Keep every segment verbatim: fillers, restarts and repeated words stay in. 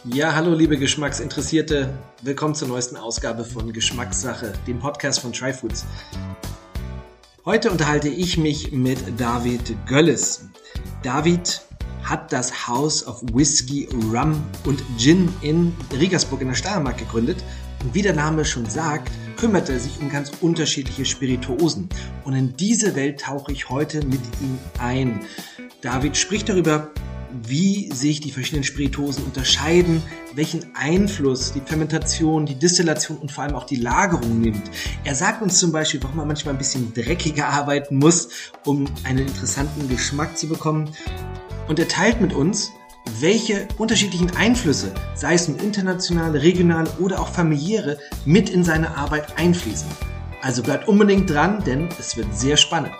Ja, hallo liebe Geschmacksinteressierte, willkommen zur neuesten Ausgabe von Geschmackssache, dem Podcast von Tryfoods. Heute unterhalte ich mich mit David Gölles. David hat das House of Whisky, Rum und Gin in Rigersburg in der Steiermark gegründet. Und wie der Name schon sagt, kümmert er sich um ganz unterschiedliche Spirituosen. Und in diese Welt tauche ich heute mit ihm ein. David spricht darüber, wie sich die verschiedenen Spirituosen unterscheiden, welchen Einfluss die Fermentation, die Destillation und vor allem auch die Lagerung nimmt. Er sagt uns zum Beispiel, warum man manchmal ein bisschen dreckiger arbeiten muss, um einen interessanten Geschmack zu bekommen. Und er teilt mit uns, welche unterschiedlichen Einflüsse, sei es nun internationale, regionale oder auch familiäre, mit in seine Arbeit einfließen. Also bleibt unbedingt dran, denn es wird sehr spannend.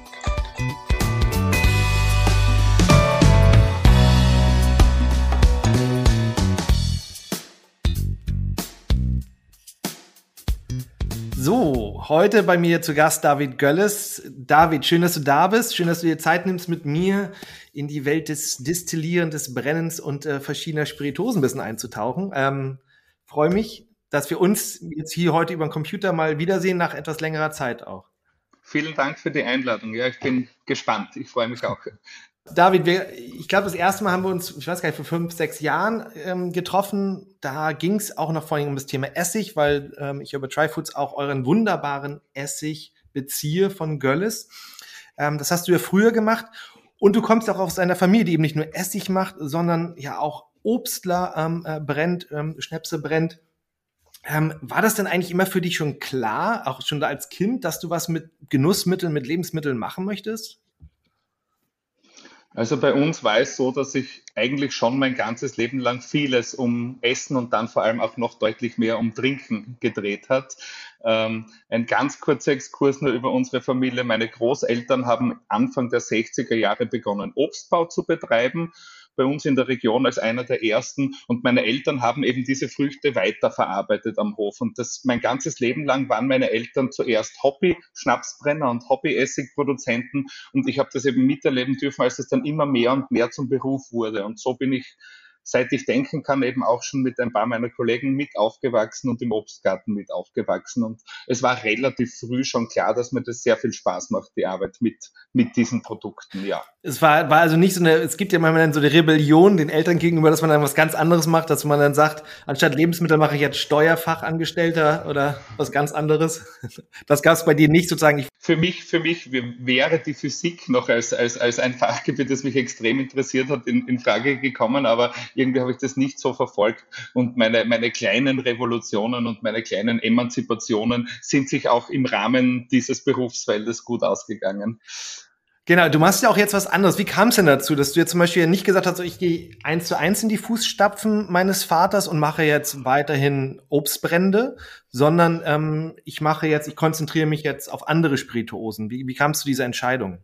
So, heute bei mir zu Gast David Gölles. David, schön, dass du da bist. Schön, dass du dir Zeit nimmst, mit mir in die Welt des Destillieren, des Brennens und äh, verschiedener Spirituosen ein bisschen einzutauchen. Ähm, freue mich, dass wir uns jetzt hier heute über den Computer mal wiedersehen, nach etwas längerer Zeit auch. Vielen Dank für die Einladung. Ja, ich bin gespannt. Ich freue mich auch. David, wir, ich glaube, das erste Mal haben wir uns, ich weiß gar nicht, vor fünf, sechs Jahren ähm, getroffen. Da ging es auch noch vor allem um das Thema Essig, weil ähm, ich über Tryfoods auch euren wunderbaren Essig beziehe von Gölles. Ähm, das hast du ja früher gemacht. Und du kommst auch aus einer Familie, die eben nicht nur Essig macht, sondern ja auch Obstler ähm, äh, brennt, ähm, Schnäpse brennt. Ähm, war das denn eigentlich immer für dich schon klar, auch schon da als Kind, dass du was mit Genussmitteln, mit Lebensmitteln machen möchtest? Also bei uns war es so, dass sich eigentlich schon mein ganzes Leben lang vieles um Essen und dann vor allem auch noch deutlich mehr um Trinken gedreht hat. Ähm, ein ganz kurzer Exkurs nur über unsere Familie. Meine Großeltern haben Anfang der sechziger Jahre begonnen, Obstbau zu betreiben, bei uns in der Region als einer der ersten. Und meine Eltern haben eben diese Früchte weiterverarbeitet am Hof. Und das mein ganzes Leben lang waren meine Eltern zuerst Hobby-Schnapsbrenner und Hobby-Essigproduzenten. Und ich habe das eben miterleben dürfen, als es dann immer mehr und mehr zum Beruf wurde. Und so bin ich, seit ich denken kann, eben auch schon mit ein paar meiner Kollegen mit aufgewachsen und im Obstgarten mit aufgewachsen. Und es war relativ früh schon klar, dass mir das sehr viel Spaß macht, die Arbeit mit, mit diesen Produkten, ja. Es war, war also nicht so eine, es gibt ja manchmal dann so eine Rebellion den Eltern gegenüber, dass man dann was ganz anderes macht, dass man dann sagt, anstatt Lebensmittel mache ich jetzt Steuerfachangestellter oder was ganz anderes. Das gab es bei dir nicht sozusagen. Ich Für mich, für mich wäre die Physik noch als, als, als ein Fachgebiet, das mich extrem interessiert hat, in, in Frage gekommen, aber irgendwie habe ich das nicht so verfolgt und meine, meine kleinen Revolutionen und meine kleinen Emanzipationen sind sich auch im Rahmen dieses Berufsfeldes gut ausgegangen. Genau, du machst ja auch jetzt was anderes. Wie kam es denn dazu, dass du jetzt zum Beispiel nicht gesagt hast, so, ich gehe eins zu eins in die Fußstapfen meines Vaters und mache jetzt weiterhin Obstbrände, sondern ähm, ich mache jetzt, ich konzentriere mich jetzt auf andere Spirituosen. Wie, wie kam es zu dieser Entscheidung?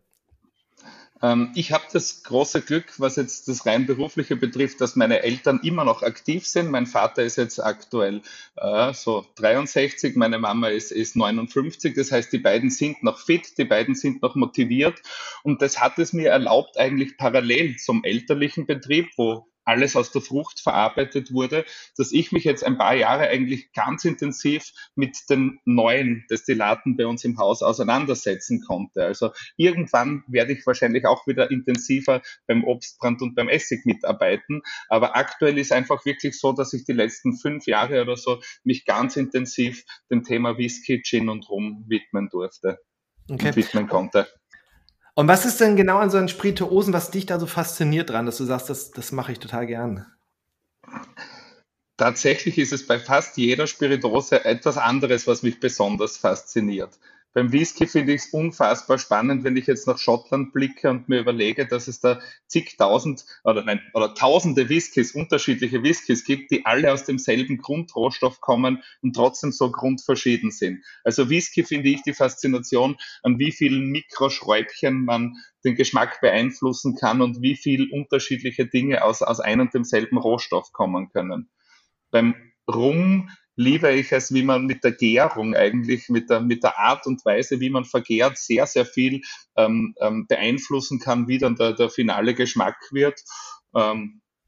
Ähm, ich habe das große Glück, was jetzt das rein berufliche betrifft, dass meine Eltern immer noch aktiv sind. Mein Vater ist jetzt aktuell äh, so dreiundsechzig, meine Mama ist, ist neunundfünfzig. Das heißt, die beiden sind noch fit, die beiden sind noch motiviert. Und das hat es mir erlaubt, eigentlich parallel zum elterlichen Betrieb, wo alles aus der Frucht verarbeitet wurde, dass ich mich jetzt ein paar Jahre eigentlich ganz intensiv mit den neuen Destillaten bei uns im Haus auseinandersetzen konnte. Also irgendwann werde ich wahrscheinlich auch wieder intensiver beim Obstbrand und beim Essig mitarbeiten. Aber aktuell ist einfach wirklich so, dass ich die letzten fünf Jahre oder so mich ganz intensiv dem Thema Whisky, Gin und Rum widmen durfte Okay. und widmen konnte. Und was ist denn genau an so einem Spirituosen, was dich da so fasziniert dran, dass du sagst, das, das mache ich total gern? Tatsächlich ist es bei fast jeder Spirituose etwas anderes, was mich besonders fasziniert. Beim Whisky finde ich es unfassbar spannend, wenn ich jetzt nach Schottland blicke und mir überlege, dass es da zigtausend oder nein, oder tausende Whiskys, unterschiedliche Whiskys gibt, die alle aus demselben Grundrohstoff kommen und trotzdem so grundverschieden sind. Also Whisky finde ich die Faszination, an wie vielen Mikroschräubchen man den Geschmack beeinflussen kann und wie viel unterschiedliche Dinge aus, aus einem und demselben Rohstoff kommen können. Beim Rum liebe ich es, wie man mit der Gärung eigentlich, mit der, mit der Art und Weise, wie man vergärt, sehr, sehr viel ähm, ähm, beeinflussen kann, wie dann der, der finale Geschmack wird. Ähm,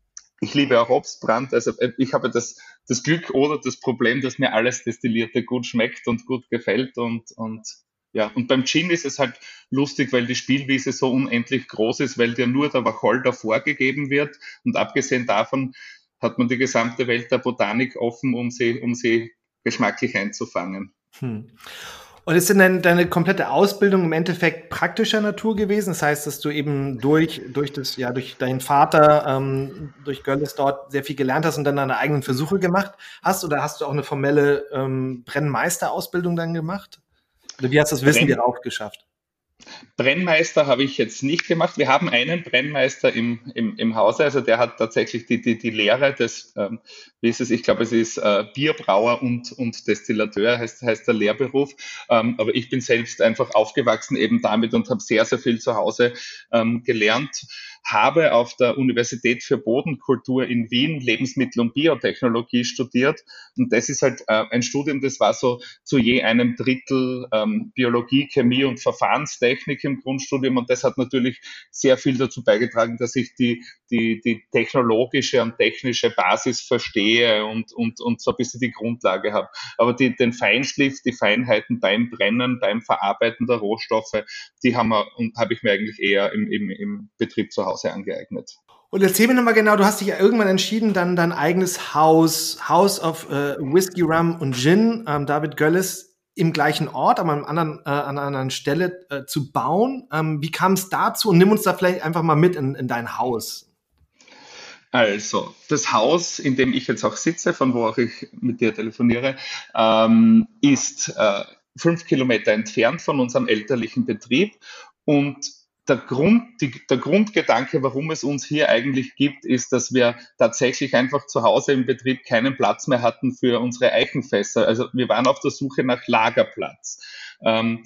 ich liebe auch Obstbrand. Also ich habe das, das Glück oder das Problem, dass mir alles Destillierte gut schmeckt und gut gefällt. Und, und ja, und beim Gin ist es halt lustig, weil die Spielwiese so unendlich groß ist, weil dir nur der Wacholder vorgegeben wird. Und abgesehen davon hat man die gesamte Welt der Botanik offen, um sie, um sie geschmacklich einzufangen. Hm. Und ist denn deine, deine komplette Ausbildung im Endeffekt praktischer Natur gewesen? Das heißt, dass du eben durch, durch, das, ja, durch deinen Vater, ähm, durch Görlitz dort sehr viel gelernt hast und dann deine eigenen Versuche gemacht hast? Oder hast du auch eine formelle ähm, Brennmeisterausbildung dann gemacht? Oder wie hast du das Wissen dir aufgeschafft? Brennmeister habe ich jetzt nicht gemacht. Wir haben einen Brennmeister im, im, im Hause, also der hat tatsächlich die, die, die Lehre des, ähm, wie ist es, ich glaube, es ist äh, Bierbrauer und, und Destillateur, heißt, heißt der Lehrberuf. Ähm, aber ich bin selbst einfach aufgewachsen eben damit und habe sehr, sehr viel zu Hause ähm, gelernt. Habe auf der Universität für Bodenkultur in Wien Lebensmittel- und Biotechnologie studiert. Und das ist halt äh, ein Studium, das war so zu je einem Drittel ähm, Biologie, Chemie und Verfahrenstechnik im Grundstudium. Und das hat natürlich sehr viel dazu beigetragen, dass ich die, die, die technologische und technische Basis verstehe und, und, und so ein bisschen die Grundlage habe. Aber die, den Feinschliff, die Feinheiten beim Brennen, beim Verarbeiten der Rohstoffe, die haben wir, und habe ich mir eigentlich eher im, im, im Betrieb zu Hause angeeignet. Und erzähl mir nochmal genau, du hast dich ja irgendwann entschieden, dann dein eigenes Haus, House of äh, Whisky, Rum und Gin, ähm, David Görlitz, im gleichen Ort, aber an, anderen, äh, an einer anderen Stelle äh, zu bauen. Ähm, wie kam es dazu? Und nimm uns da vielleicht einfach mal mit in, in dein Haus. Also, das Haus, in dem ich jetzt auch sitze, von wo auch ich mit dir telefoniere, ähm, ist äh, fünf Kilometer entfernt von unserem elterlichen Betrieb. Und der Grund, die, der Grundgedanke, warum es uns hier eigentlich gibt, ist, dass wir tatsächlich einfach zu Hause im Betrieb keinen Platz mehr hatten für unsere Eichenfässer. Also wir waren auf der Suche nach Lagerplatz. Ähm,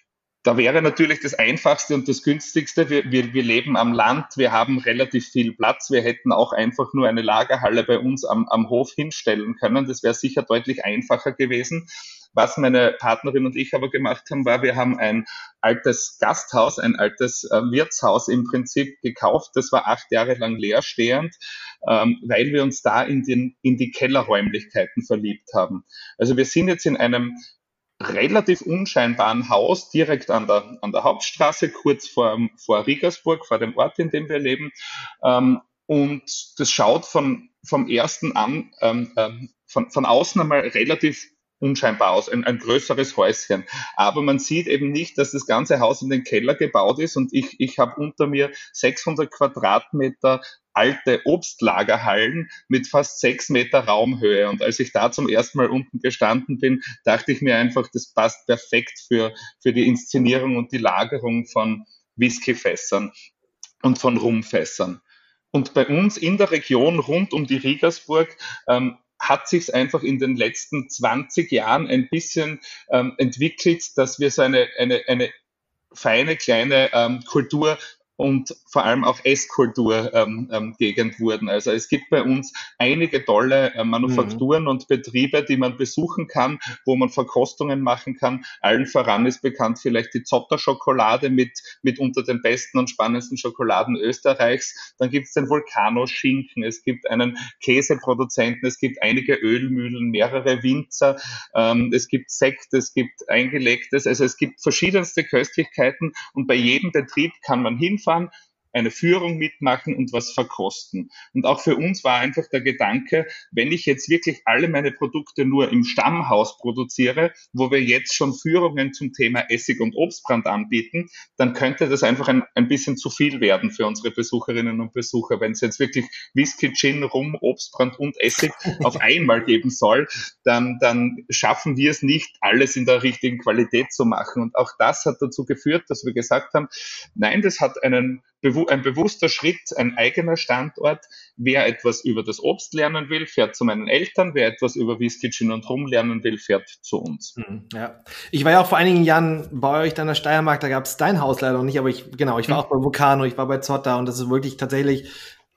Da wäre natürlich das Einfachste und das Günstigste. Wir, wir, wir leben am Land, wir haben relativ viel Platz. Wir hätten auch einfach nur eine Lagerhalle bei uns am, am Hof hinstellen können. Das wäre sicher deutlich einfacher gewesen. Was meine Partnerin und ich aber gemacht haben, war, wir haben ein altes Gasthaus, ein altes äh, Wirtshaus im Prinzip gekauft. Das war acht Jahre lang leerstehend, ähm, weil wir uns da in, den, in die Kellerräumlichkeiten verliebt haben. Also wir sind jetzt in einem relativ unscheinbaren Haus direkt an der, an der Hauptstraße, kurz vor, vor Riegersburg, vor dem Ort, in dem wir leben. Ähm, und das schaut von, vom ersten an, ähm, ähm, von, von außen einmal relativ unscheinbar aus, ein, ein größeres Häuschen. Aber man sieht eben nicht, dass das ganze Haus in den Keller gebaut ist und ich, ich habe unter mir sechshundert Quadratmeter alte Obstlagerhallen mit fast sechs Meter Raumhöhe. Und als ich da zum ersten Mal unten gestanden bin, dachte ich mir einfach, das passt perfekt für, für die Inszenierung und die Lagerung von Whiskyfässern und von Rumfässern. Und bei uns in der Region rund um die Riegersburg ähm, hat sich einfach in den letzten zwanzig Jahren ein bisschen ähm, entwickelt, dass wir so eine, eine, eine feine kleine ähm, Kultur und vor allem auch Esskultur ähm, ähm, Gegend wurden. Also es gibt bei uns einige tolle äh, Manufakturen mhm. und Betriebe, die man besuchen kann, wo man Verkostungen machen kann. Allen voran ist bekannt vielleicht die Zotter Schokolade mit, mit unter den besten und spannendsten Schokoladen Österreichs. Dann gibt es den Vulcano Schinken, es gibt einen Käseproduzenten, es gibt einige Ölmühlen, mehrere Winzer, ähm, es gibt Sekt, es gibt Eingelegtes, also es gibt verschiedenste Köstlichkeiten und bei jedem Betrieb kann man hinfahren, eine Führung mitmachen und was verkosten. Und auch für uns war einfach der Gedanke, wenn ich jetzt wirklich alle meine Produkte nur im Stammhaus produziere, wo wir jetzt schon Führungen zum Thema Essig und Obstbrand anbieten, dann könnte das einfach ein, ein bisschen zu viel werden für unsere Besucherinnen und Besucher. Wenn es jetzt wirklich Whisky, Gin, Rum, Obstbrand und Essig auf einmal geben soll, dann, dann schaffen wir es nicht, alles in der richtigen Qualität zu machen. Und auch das hat dazu geführt, dass wir gesagt haben, nein, das hat einen ein bewusster Schritt, ein eigener Standort. Wer etwas über das Obst lernen will, fährt zu meinen Eltern. Wer etwas über Whisky, Gin und Rum lernen will, fährt zu uns. Ja, ich war ja auch vor einigen Jahren bei euch dann in der Steiermark, da gab es dein Haus leider noch nicht, aber ich, genau, ich war hm. auch bei Vulcano, ich war bei Zotter und das ist wirklich tatsächlich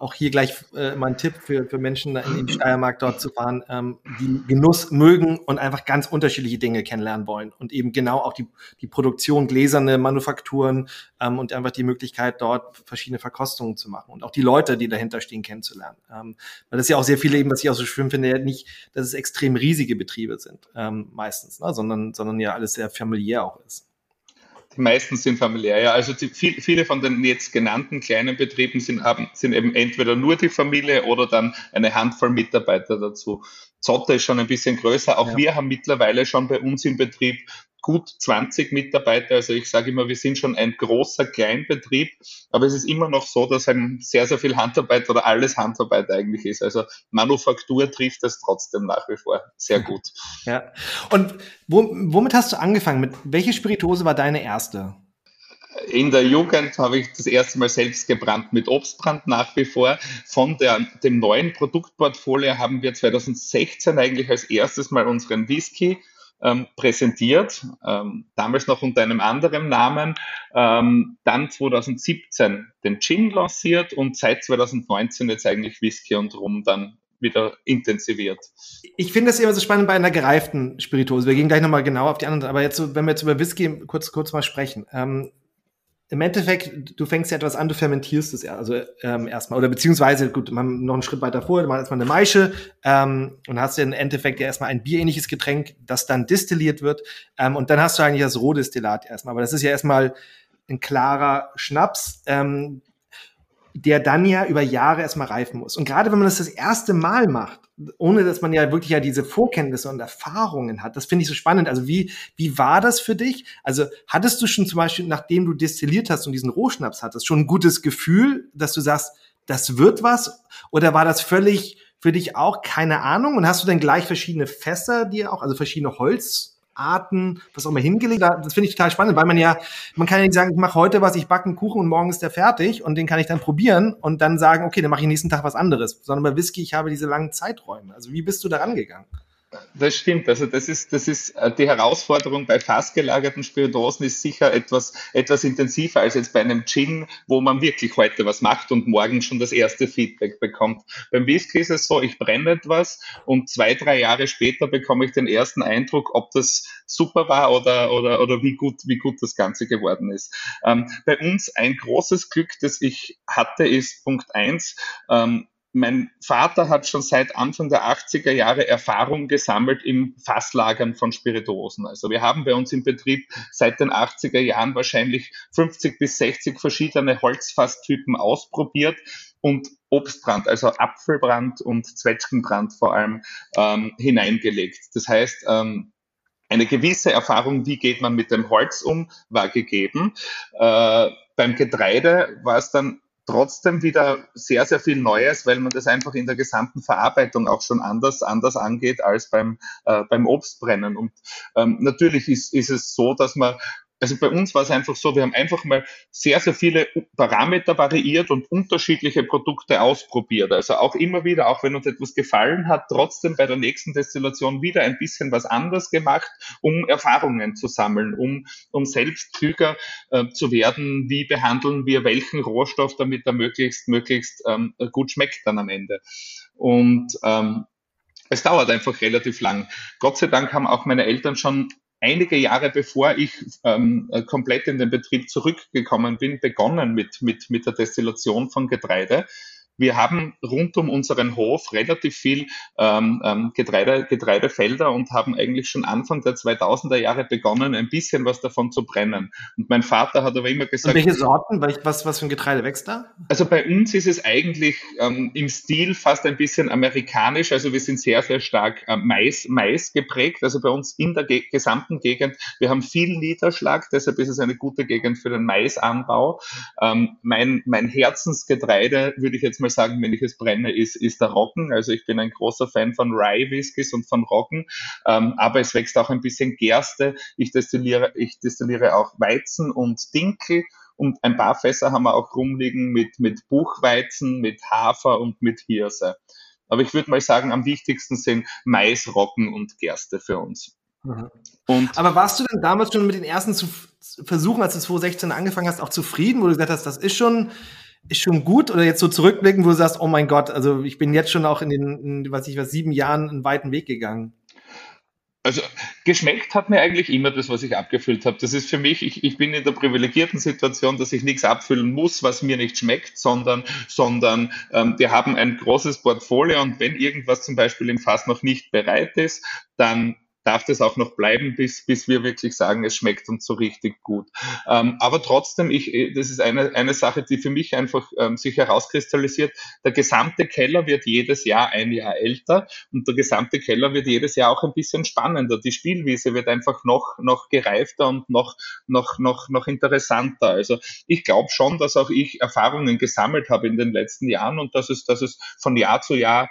auch hier gleich äh, mal ein Tipp für, für Menschen in den Steiermark dort zu fahren, ähm, die Genuss mögen und einfach ganz unterschiedliche Dinge kennenlernen wollen und eben genau auch die, die Produktion, gläserne Manufakturen ähm, und einfach die Möglichkeit, dort verschiedene Verkostungen zu machen und auch die Leute, die dahinter stehen, kennenzulernen. Ähm, weil das ja auch sehr viele eben, was ich auch so schön finde, ja nicht, dass es extrem riesige Betriebe sind, ähm, meistens, ne? sondern, sondern ja alles sehr familiär auch ist. Die meisten sind familiär, ja. Also die, viel, viele von den jetzt genannten kleinen Betrieben sind, haben, sind eben entweder nur die Familie oder dann eine Handvoll Mitarbeiter dazu. Zotte ist schon ein bisschen größer. Auch ja. Wir haben mittlerweile schon bei uns im Betrieb gut zwanzig Mitarbeiter. Also ich sage immer, wir sind schon ein großer Kleinbetrieb, aber es ist immer noch so, dass eben sehr, sehr viel Handarbeit oder alles Handarbeit eigentlich ist. Also Manufaktur trifft es trotzdem nach wie vor sehr gut. Ja. Und wo, womit hast du angefangen? Mit welche Spirituose war deine erste? In der Jugend habe ich das erste Mal selbst gebrannt mit Obstbrand nach wie vor. Von der, dem neuen Produktportfolio haben wir zwanzig sechzehn eigentlich als erstes Mal unseren Whisky ähm, präsentiert, ähm, damals noch unter einem anderen Namen, ähm, dann zwanzig siebzehn den Gin lanciert und seit zwanzig neunzehn jetzt eigentlich Whisky und Rum dann wieder intensiviert. Ich finde das immer so spannend bei einer gereiften Spirituose. Wir gehen gleich nochmal genauer auf die anderen, aber jetzt, so, wenn wir jetzt über Whisky kurz, kurz mal sprechen. Ähm, Im Endeffekt, du fängst ja etwas an, du fermentierst es also ähm, erstmal, oder beziehungsweise, gut, man noch einen Schritt weiter vor, du machst erstmal eine Maische ähm, und hast ja im Endeffekt ja erstmal ein bierähnliches Getränk, das dann destilliert wird ähm, und dann hast du eigentlich das Rohdestillat erstmal, aber das ist ja erstmal ein klarer Schnaps, ähm, der dann ja über Jahre erstmal reifen muss. Und gerade wenn man das das erste Mal macht, ohne dass man ja wirklich ja diese Vorkenntnisse und Erfahrungen hat, das finde ich so spannend. Also wie, wie war das für dich? Also hattest du schon zum Beispiel, nachdem du destilliert hast und diesen Rohschnaps hattest, schon ein gutes Gefühl, dass du sagst, das wird was? Oder war das völlig für dich auch keine Ahnung? Und hast du dann gleich verschiedene Fässer dir auch, also verschiedene Holz Arten, was auch immer hingelegt. Das finde ich total spannend, weil man ja, man kann ja nicht sagen, ich mache heute was, ich backe einen Kuchen und morgen ist der fertig und den kann ich dann probieren und dann sagen, okay, dann mache ich nächsten Tag was anderes. Sondern bei Whisky, ich habe diese langen Zeiträume. Also wie bist du da rangegangen? Das stimmt. Also das ist, das ist die Herausforderung bei fast gelagerten Spirituosen ist sicher etwas, etwas intensiver als jetzt bei einem Gin, wo man wirklich heute was macht und morgen schon das erste Feedback bekommt. Beim Whisky ist es so, ich brenne etwas und zwei, drei Jahre später bekomme ich den ersten Eindruck, ob das super war oder, oder, oder wie gut, wie gut das Ganze geworden ist. Ähm, bei uns ein großes Glück, das ich hatte, ist Punkt eins, ähm, mein Vater hat schon seit Anfang der achtziger Jahre Erfahrung gesammelt im Fasslagern von Spirituosen. Also wir haben bei uns im Betrieb seit den achtziger Jahren wahrscheinlich fünfzig bis sechzig verschiedene Holzfasstypen ausprobiert und Obstbrand, also Apfelbrand und Zwetschgenbrand vor allem ähm, hineingelegt. Das heißt, ähm, eine gewisse Erfahrung, wie geht man mit dem Holz um, war gegeben. Äh, beim Getreide war es dann trotzdem wieder sehr, sehr viel Neues, weil man das einfach in der gesamten Verarbeitung auch schon anders, anders angeht als beim, äh, beim Obstbrennen. Und ähm, natürlich ist, ist es so, dass man, also bei uns war es einfach so, wir haben einfach mal sehr, sehr viele Parameter variiert und unterschiedliche Produkte ausprobiert. Also auch immer wieder, auch wenn uns etwas gefallen hat, trotzdem bei der nächsten Destillation wieder ein bisschen was anderes gemacht, um Erfahrungen zu sammeln, um, um selbst klüger äh, zu werden, wie behandeln wir welchen Rohstoff, damit er möglichst, möglichst ähm, gut schmeckt dann am Ende. Und ähm, es dauert einfach relativ lang. Gott sei Dank haben auch meine Eltern schon einige Jahre bevor ich ähm, komplett in den Betrieb zurückgekommen bin, begonnen mit, mit, mit der Destillation von Getreide. Wir haben rund um unseren Hof relativ viel ähm, Getreide, Getreidefelder und haben eigentlich schon Anfang der zweitausender Jahre begonnen, ein bisschen was davon zu brennen. Und mein Vater hat aber immer gesagt... Und welche Sorten? Was, was für ein Getreide wächst da? Also bei uns ist es eigentlich ähm, im Stil fast ein bisschen amerikanisch. Also wir sind sehr, sehr stark äh, Mais, Mais geprägt. Also bei uns in der ge- gesamten Gegend, wir haben viel Niederschlag, deshalb ist es eine gute Gegend für den Maisanbau. Ähm, mein, mein Herzensgetreide, würde ich jetzt mal sagen, wenn ich es brenne, ist, ist der Roggen. Also ich bin ein großer Fan von Rye-Whiskys und von Roggen, ähm, aber es wächst auch ein bisschen Gerste. Ich destilliere, ich destilliere auch Weizen und Dinkel und ein paar Fässer haben wir auch rumliegen mit, mit Buchweizen, mit Hafer und mit Hirse. Aber ich würde mal sagen, am wichtigsten sind Mais, Roggen und Gerste für uns. Mhm. Und aber warst du denn damals schon mit den ersten zu Versuchen, als du zwanzig sechzehn angefangen hast, auch zufrieden, wo du gesagt hast, das ist schon ist schon gut oder jetzt so zurückblicken, wo du sagst, oh mein Gott, also ich bin jetzt schon auch in den, in, was ich was, sieben Jahren einen weiten Weg gegangen. Also geschmeckt hat mir eigentlich immer das, was ich abgefüllt habe. Das ist für mich, ich, ich bin in der privilegierten Situation, dass ich nichts abfüllen muss, was mir nicht schmeckt, sondern, sondern ähm, wir haben ein großes Portfolio und wenn irgendwas zum Beispiel im Fass noch nicht bereit ist, dann darf das auch noch bleiben, bis, bis wir wirklich sagen, es schmeckt uns so richtig gut. Ähm, aber trotzdem, ich, äh, das ist eine, eine Sache, die für mich einfach ähm, sich herauskristallisiert. Der gesamte Keller wird jedes Jahr ein Jahr älter und der gesamte Keller wird jedes Jahr auch ein bisschen spannender. Die Spielwiese wird einfach noch, noch gereifter und noch, noch, noch, noch interessanter. Also ich glaube schon, dass auch ich Erfahrungen gesammelt habe in den letzten Jahren und dass es, dass es von Jahr zu Jahr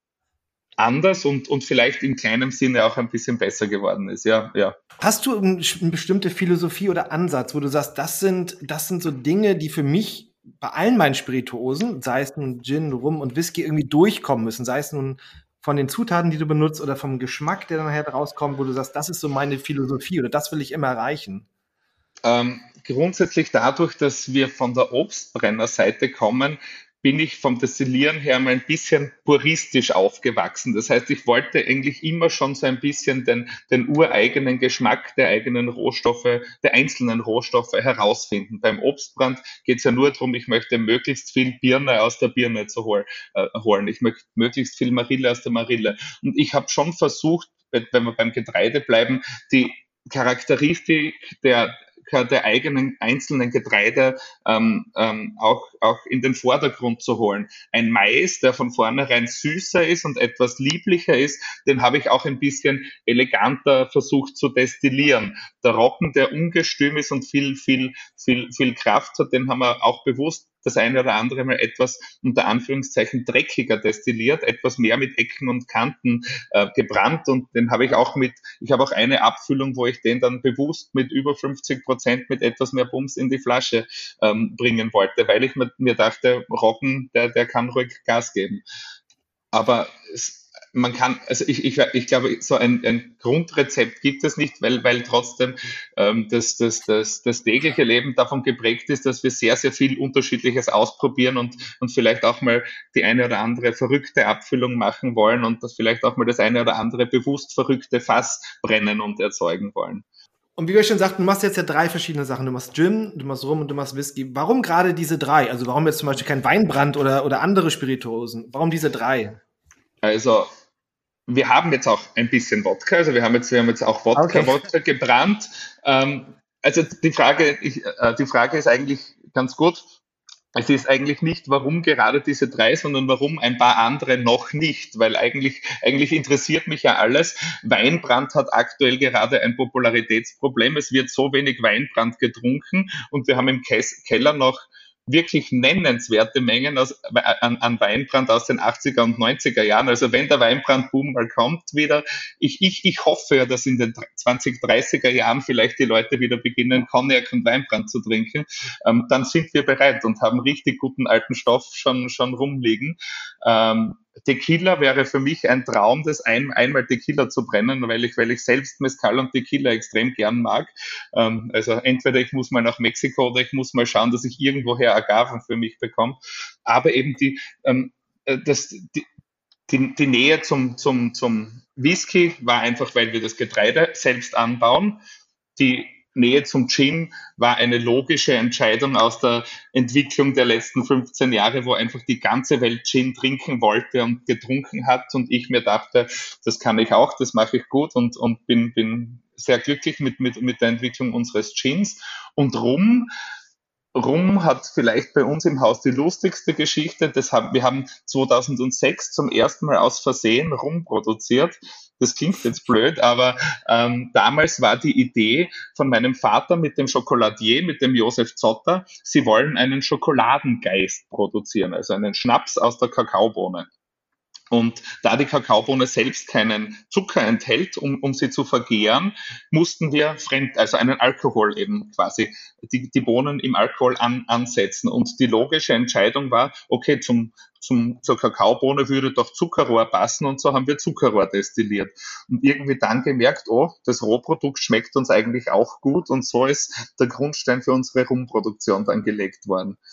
anders und, und vielleicht in kleinem Sinne auch ein bisschen besser geworden ist. Ja, ja. Hast du eine bestimmte Philosophie oder Ansatz, wo du sagst, das sind, das sind so Dinge, die für mich bei allen meinen Spirituosen, sei es nun Gin, Rum und Whisky, irgendwie durchkommen müssen, sei es nun von den Zutaten, die du benutzt oder vom Geschmack, der dann nachher rauskommt, wo du sagst, das ist so meine Philosophie oder das will ich immer erreichen? Ähm, grundsätzlich dadurch, dass wir von der Obstbrennerseite kommen, bin ich vom Destillieren her mal ein bisschen puristisch aufgewachsen. Das heißt, ich wollte eigentlich immer schon so ein bisschen den, den ureigenen Geschmack der eigenen Rohstoffe, der einzelnen Rohstoffe herausfinden. Beim Obstbrand geht es ja nur darum, ich möchte möglichst viel Birne aus der Birne zu hol, äh, holen. Ich möchte möglichst viel Marille aus der Marille. Und ich habe schon versucht, wenn wir beim Getreide bleiben, die Charakteristik der der eigenen einzelnen Getreide ähm, ähm, auch, auch in den Vordergrund zu holen. Ein Mais, der von vornherein süßer ist und etwas lieblicher ist, den habe ich auch ein bisschen eleganter versucht zu destillieren. Der Roggen, der ungestüm ist und viel, viel, viel, viel Kraft hat, den haben wir auch bewusst das eine oder andere mal etwas unter Anführungszeichen dreckiger destilliert, etwas mehr mit Ecken und Kanten äh, gebrannt und den habe ich auch mit, ich habe auch eine Abfüllung, wo ich den dann bewusst mit über fünfzig Prozent mit etwas mehr Bums in die Flasche ähm, bringen wollte, weil ich mir, mir dachte, Roggen, der, der kann ruhig Gas geben. Aber es, man kann, also ich, ich, ich glaube, so ein, ein Grundrezept gibt es nicht, weil, weil trotzdem ähm, das, das, das, das tägliche Leben davon geprägt ist, dass wir sehr, sehr viel Unterschiedliches ausprobieren und, und vielleicht auch mal die eine oder andere verrückte Abfüllung machen wollen und das vielleicht auch mal das eine oder andere bewusst verrückte Fass brennen und erzeugen wollen. Und wie wir schon sagten, du machst jetzt ja drei verschiedene Sachen. Du machst Gin, du machst Rum und du machst Whisky. Warum gerade diese drei? Also warum jetzt zum Beispiel kein Weinbrand oder, oder andere Spirituosen? Warum diese drei? Also wir haben jetzt auch ein bisschen Wodka, also wir haben jetzt, wir haben jetzt auch Wodka, okay. Wodka gebrannt. Ähm, also die Frage, ich, äh, die Frage ist eigentlich ganz gut. Es ist eigentlich nicht, warum gerade diese drei, sondern warum ein paar andere noch nicht, weil eigentlich, eigentlich interessiert mich ja alles. Weinbrand hat aktuell gerade ein Popularitätsproblem. Es wird so wenig Weinbrand getrunken und wir haben im Keller noch wirklich nennenswerte Mengen aus, an, an Weinbrand aus den achtziger und neunziger Jahren. Also wenn der Weinbrandboom mal kommt wieder, ich, ich, ich hoffe ja, dass in den zwanzig, dreißiger Jahren vielleicht die Leute wieder beginnen, Cognac und Weinbrand zu trinken, ähm, dann sind wir bereit und haben richtig guten alten Stoff schon, schon rumliegen. Ähm, Tequila wäre für mich ein Traum, das ein, einmal Tequila zu brennen, weil ich, weil ich selbst Mezcal und Tequila extrem gern mag. Ähm, also entweder ich muss mal nach Mexiko oder ich muss mal schauen, dass ich irgendwoher Agaven für mich bekomme. Aber eben die, ähm, das, die, die, die Nähe zum, zum, zum Whisky war einfach, weil wir das Getreide selbst anbauen. Die Nähe zum Gin war eine logische Entscheidung aus der Entwicklung der letzten fünfzehn Jahre, wo einfach die ganze Welt Gin trinken wollte und getrunken hat und ich mir dachte, das kann ich auch, das mache ich gut und, und bin, bin sehr glücklich mit, mit, mit der Entwicklung unseres Gins. Und Rum, Rum hat vielleicht bei uns im Haus die lustigste Geschichte. Das haben, wir haben zweitausendsechs zum ersten Mal aus Versehen Rum produziert. Das klingt jetzt blöd, aber ähm, damals war die Idee von meinem Vater mit dem Schokoladier, mit dem Josef Zotter, sie wollen einen Schokoladengeist produzieren, also einen Schnaps aus der Kakaobohne. Und da die Kakaobohne selbst keinen Zucker enthält, um, um sie zu vergären, mussten wir fremd, also einen Alkohol eben quasi, die, die Bohnen im Alkohol an, ansetzen. Und die logische Entscheidung war, okay, zum, zum, zur Kakaobohne würde doch Zuckerrohr passen und so haben wir Zuckerrohr destilliert. Und irgendwie dann gemerkt, oh, das Rohprodukt schmeckt uns eigentlich auch gut und so ist der Grundstein für unsere Rumproduktion dann gelegt worden.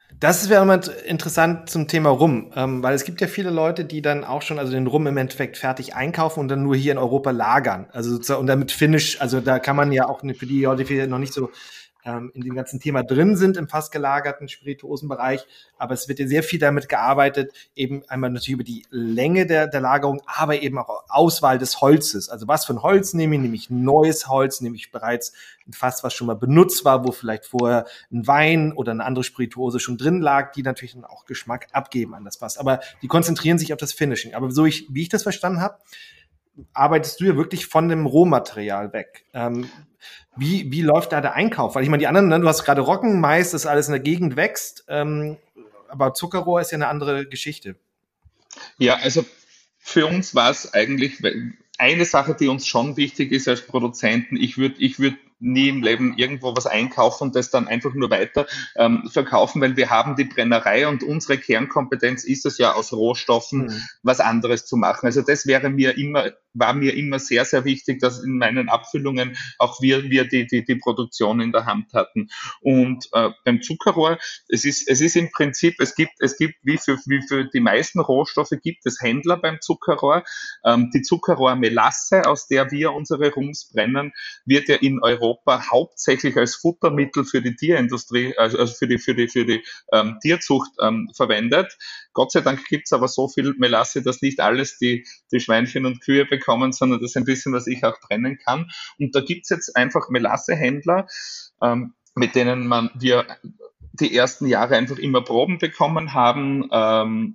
Das wäre mal interessant zum Thema Rum, ähm, weil es gibt ja viele Leute, die dann auch schon also den Rum im Endeffekt fertig einkaufen und dann nur hier in Europa lagern. Also sozusagen, und damit Finish, also da kann man ja auch für die Leute, die noch nicht so ähm, in dem ganzen Thema drin sind im fast gelagerten Spirituosenbereich, aber es wird ja sehr viel damit gearbeitet, eben einmal natürlich über die Länge der, der Lagerung, aber eben auch Auswahl des Holzes. Also was für ein Holz nehme ich? Nehme ich neues Holz? Nehme ich bereits ein Fass, was schon mal benutzt war, wo vielleicht vorher ein Wein oder eine andere Spirituose schon drin lag, die natürlich dann auch Geschmack abgeben an das Fass. Aber die konzentrieren sich auf das Finishing. Aber so ich, wie ich das verstanden habe, arbeitest du ja wirklich von dem Rohmaterial weg. Ähm, wie, wie läuft da der Einkauf? Weil ich meine, die anderen, ne, du hast gerade Roggen, Mais, das alles in der Gegend wächst, ähm, aber Zuckerrohr ist ja eine andere Geschichte. Ja, also für uns war es eigentlich eine Sache, die uns schon wichtig ist als Produzenten. Ich würde ich würd nie im Leben irgendwo was einkaufen und das dann einfach nur weiter ähm, verkaufen, weil wir haben die Brennerei und unsere Kernkompetenz ist es ja, aus Rohstoffen Hm. was anderes zu machen. Also das wäre mir immer, war mir immer sehr, sehr wichtig, dass in meinen Abfüllungen auch wir, wir die, die, die Produktion in der Hand hatten. Und äh, beim Zuckerrohr, es ist, es ist im Prinzip, es gibt, es gibt wie für, wie für die meisten Rohstoffe gibt es Händler beim Zuckerrohr. Ähm, die Zuckerrohrmelasse, aus der wir unsere Rums brennen, wird ja in Europa hauptsächlich als Futtermittel für die Tierindustrie, also, also für die, für die, für die ähm, Tierzucht ähm, verwendet. Gott sei Dank gibt es aber so viel Melasse, dass nicht alles die, die Schweinchen und Kühe bekommen, sondern das ist ein bisschen, was ich auch trennen kann. Und da gibt es jetzt einfach Melassehändler, ähm, mit denen man wir die ersten Jahre einfach immer Proben bekommen haben, ähm,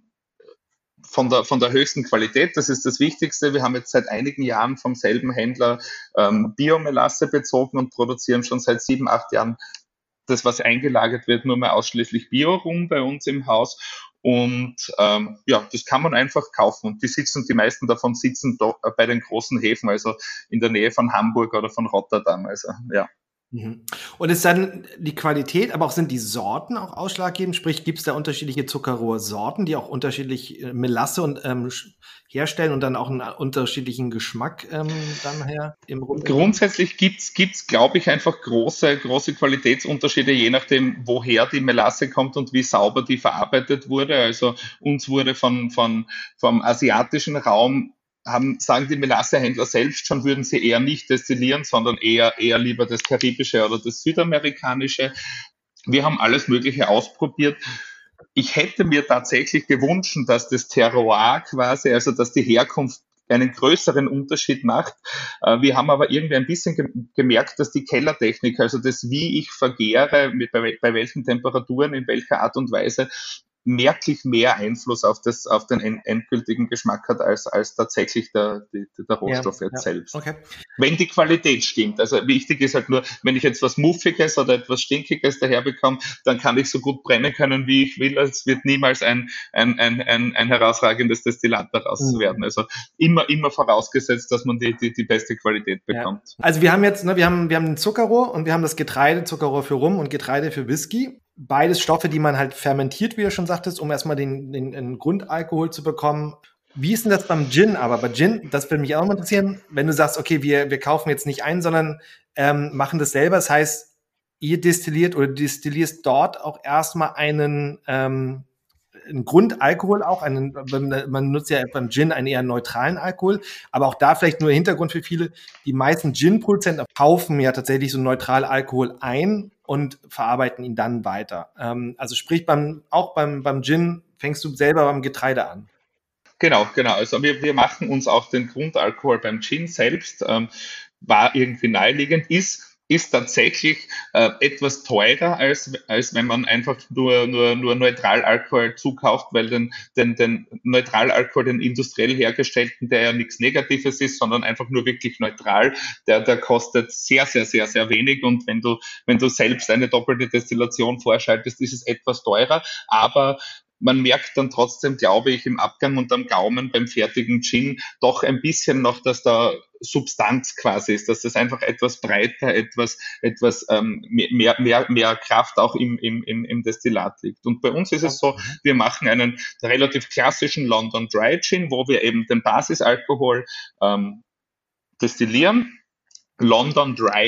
von der, von der höchsten Qualität. Das ist das Wichtigste. Wir haben jetzt seit einigen Jahren vom selben Händler ähm, Biomelasse bezogen und produzieren schon seit sieben, acht Jahren das, was eingelagert wird, nur mehr ausschließlich Bio-Rum bei uns im Haus. Und ähm, ja, das kann man einfach kaufen. Und die sitzen, die meisten davon sitzen do, bei den großen Häfen, also in der Nähe von Hamburg oder von Rotterdam. Also ja. Mhm. Und ist dann die Qualität, aber auch sind die Sorten auch ausschlaggebend? Sprich, gibt es da unterschiedliche Zuckerrohrsorten, die auch unterschiedlich äh, Melasse und ähm, herstellen und dann auch einen unterschiedlichen Geschmack ähm, dann her im Rum ergeben? Grundsätzlich gibt's gibt's, glaube ich, einfach große, große Qualitätsunterschiede, je nachdem, woher die Melasse kommt und wie sauber die verarbeitet wurde. Also uns wurde von, von, vom asiatischen Raum haben, sagen die Melassehändler selbst schon, würden sie eher nicht destillieren, sondern eher, eher lieber das karibische oder das südamerikanische. Wir haben alles Mögliche ausprobiert. Ich hätte mir tatsächlich gewünscht, dass das Terroir quasi, also dass die Herkunft einen größeren Unterschied macht. Äh, Wir haben aber irgendwie ein bisschen ge gemerkt, dass die Kellertechnik, also das, wie ich vergäre, mit, bei, bei welchen Temperaturen, in welcher Art und Weise, merklich mehr Einfluss auf, das, auf den end endgültigen Geschmack hat, als, als tatsächlich der, die, der Ja, Rohstoff jetzt ja, selbst. okay. Wenn die Qualität stimmt. Also wichtig ist halt nur, wenn ich jetzt was Muffiges oder etwas Stinkiges daherbekomme, dann kann ich so gut brennen können, wie ich will. Es wird niemals ein, ein, ein, ein, ein herausragendes Destillat daraus Mhm. werden. Also immer, immer vorausgesetzt, dass man die, die, die beste Qualität Ja. bekommt. Also wir haben jetzt, ne, wir haben, wir haben ein Zuckerrohr und wir haben das Getreide, Zuckerrohr für Rum und Getreide für Whisky. Beides Stoffe, die man halt fermentiert, wie du schon sagtest, um erstmal den, den, den Grundalkohol zu bekommen. Wie ist denn das beim Gin aber? Bei Gin, das würde mich auch mal interessieren, wenn du sagst, okay, wir, wir kaufen jetzt nicht ein, sondern ähm, machen das selber. Das heißt, ihr destilliert oder destillierst dort auch erstmal einen, ähm, einen Grundalkohol auch. Einen, man nutzt ja beim Gin einen eher neutralen Alkohol, aber auch da vielleicht nur Hintergrund für viele. Die meisten Gin-Produzenten kaufen ja tatsächlich so neutral Alkohol ein und verarbeiten ihn dann weiter. Ähm, also sprich, beim, auch beim, beim Gin fängst du selber beim Getreide an. Genau, genau. Also wir, wir machen uns auch den Grundalkohol beim Gin selbst, ähm, war irgendwie naheliegend, ist, ist tatsächlich äh, etwas teurer, als, als wenn man einfach nur, nur, nur Neutralalkohol zukauft, weil den, den, den Neutralalkohol, den industriell hergestellten, der ja nichts Negatives ist, sondern einfach nur wirklich neutral, der, der kostet sehr, sehr, sehr, sehr wenig. Und wenn du, wenn du selbst eine doppelte Destillation vorschaltest, ist es etwas teurer, aber man merkt dann trotzdem, glaube ich, im Abgang und am Gaumen beim fertigen Gin doch ein bisschen noch, dass da Substanz quasi ist, dass das einfach etwas breiter, etwas, etwas ähm, mehr, mehr, mehr Kraft auch im, im, im, im Destillat liegt. Und bei uns ist es so, wir machen einen relativ klassischen London Dry Gin, wo wir eben den Basisalkohol ähm, destillieren. London Dry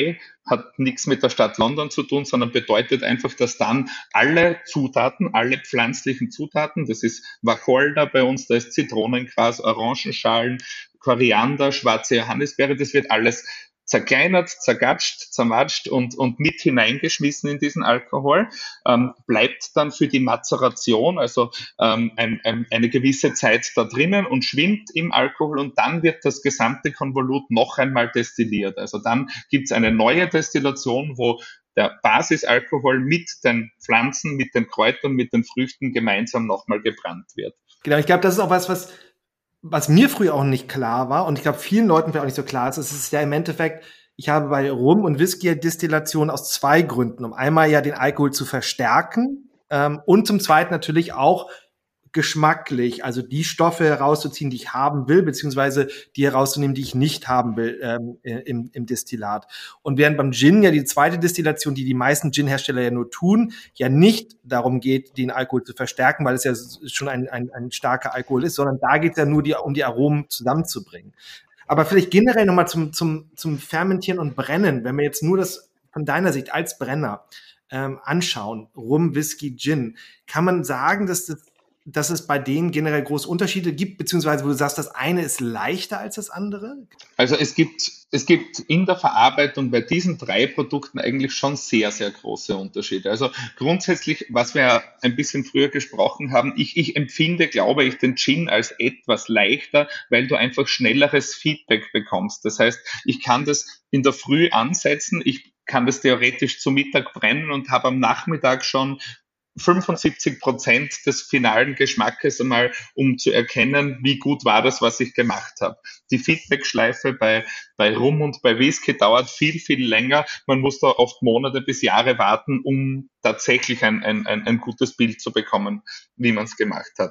hat nichts mit der Stadt London zu tun, sondern bedeutet einfach, dass dann alle Zutaten, alle pflanzlichen Zutaten, das ist Wacholder bei uns, da ist Zitronengras, Orangenschalen, Koriander, schwarze Johannisbeere, das wird alles zerkleinert, zergatscht, zermatscht und, und mit hineingeschmissen in diesen Alkohol, ähm, bleibt dann für die Mazeration, also ähm, ein, ein, eine gewisse Zeit da drinnen und schwimmt im Alkohol und dann wird das gesamte Konvolut noch einmal destilliert. Also dann gibt es eine neue Destillation, wo der Basisalkohol mit den Pflanzen, mit den Kräutern, mit den Früchten gemeinsam nochmal gebrannt wird. Genau, ich glaube, das ist auch was, was was mir früher auch nicht klar war und ich glaube, vielen Leuten vielleicht auch nicht so klar ist, es ist ja im Endeffekt, ich habe bei Rum und Whisky Destillation aus zwei Gründen. Um einmal ja den Alkohol zu verstärken ähm, und zum Zweiten natürlich auch geschmacklich, also die Stoffe herauszuziehen, die ich haben will, beziehungsweise die herauszunehmen, die ich nicht haben will ähm, im, im Destillat. Und während beim Gin ja die zweite Destillation, die die meisten Gin-Hersteller ja nur tun, ja nicht darum geht, den Alkohol zu verstärken, weil es ja schon ein, ein, ein starker Alkohol ist, sondern da geht es ja nur die, um die Aromen zusammenzubringen. Aber vielleicht generell nochmal zum, zum, zum Fermentieren und Brennen, wenn wir jetzt nur das von deiner Sicht als Brenner ähm, anschauen, Rum, Whisky, Gin, kann man sagen, dass das dass es bei denen generell große Unterschiede gibt, beziehungsweise wo du sagst, das eine ist leichter als das andere? Also es gibt, es gibt in der Verarbeitung bei diesen drei Produkten eigentlich schon sehr, sehr große Unterschiede. Also grundsätzlich, was wir ein bisschen früher gesprochen haben, ich, ich empfinde, glaube ich, den Gin als etwas leichter, weil du einfach schnelleres Feedback bekommst. Das heißt, ich kann das in der Früh ansetzen, ich kann das theoretisch zu Mittag brennen und habe am Nachmittag schon fünfundsiebzig Prozent des finalen Geschmackes einmal, um zu erkennen, wie gut war das, was ich gemacht habe. Die Feedback-Schleife bei, bei Rum und bei Whisky dauert viel, viel länger. Man muss da oft Monate bis Jahre warten, um tatsächlich ein, ein, ein, ein gutes Bild zu bekommen, wie man es gemacht hat.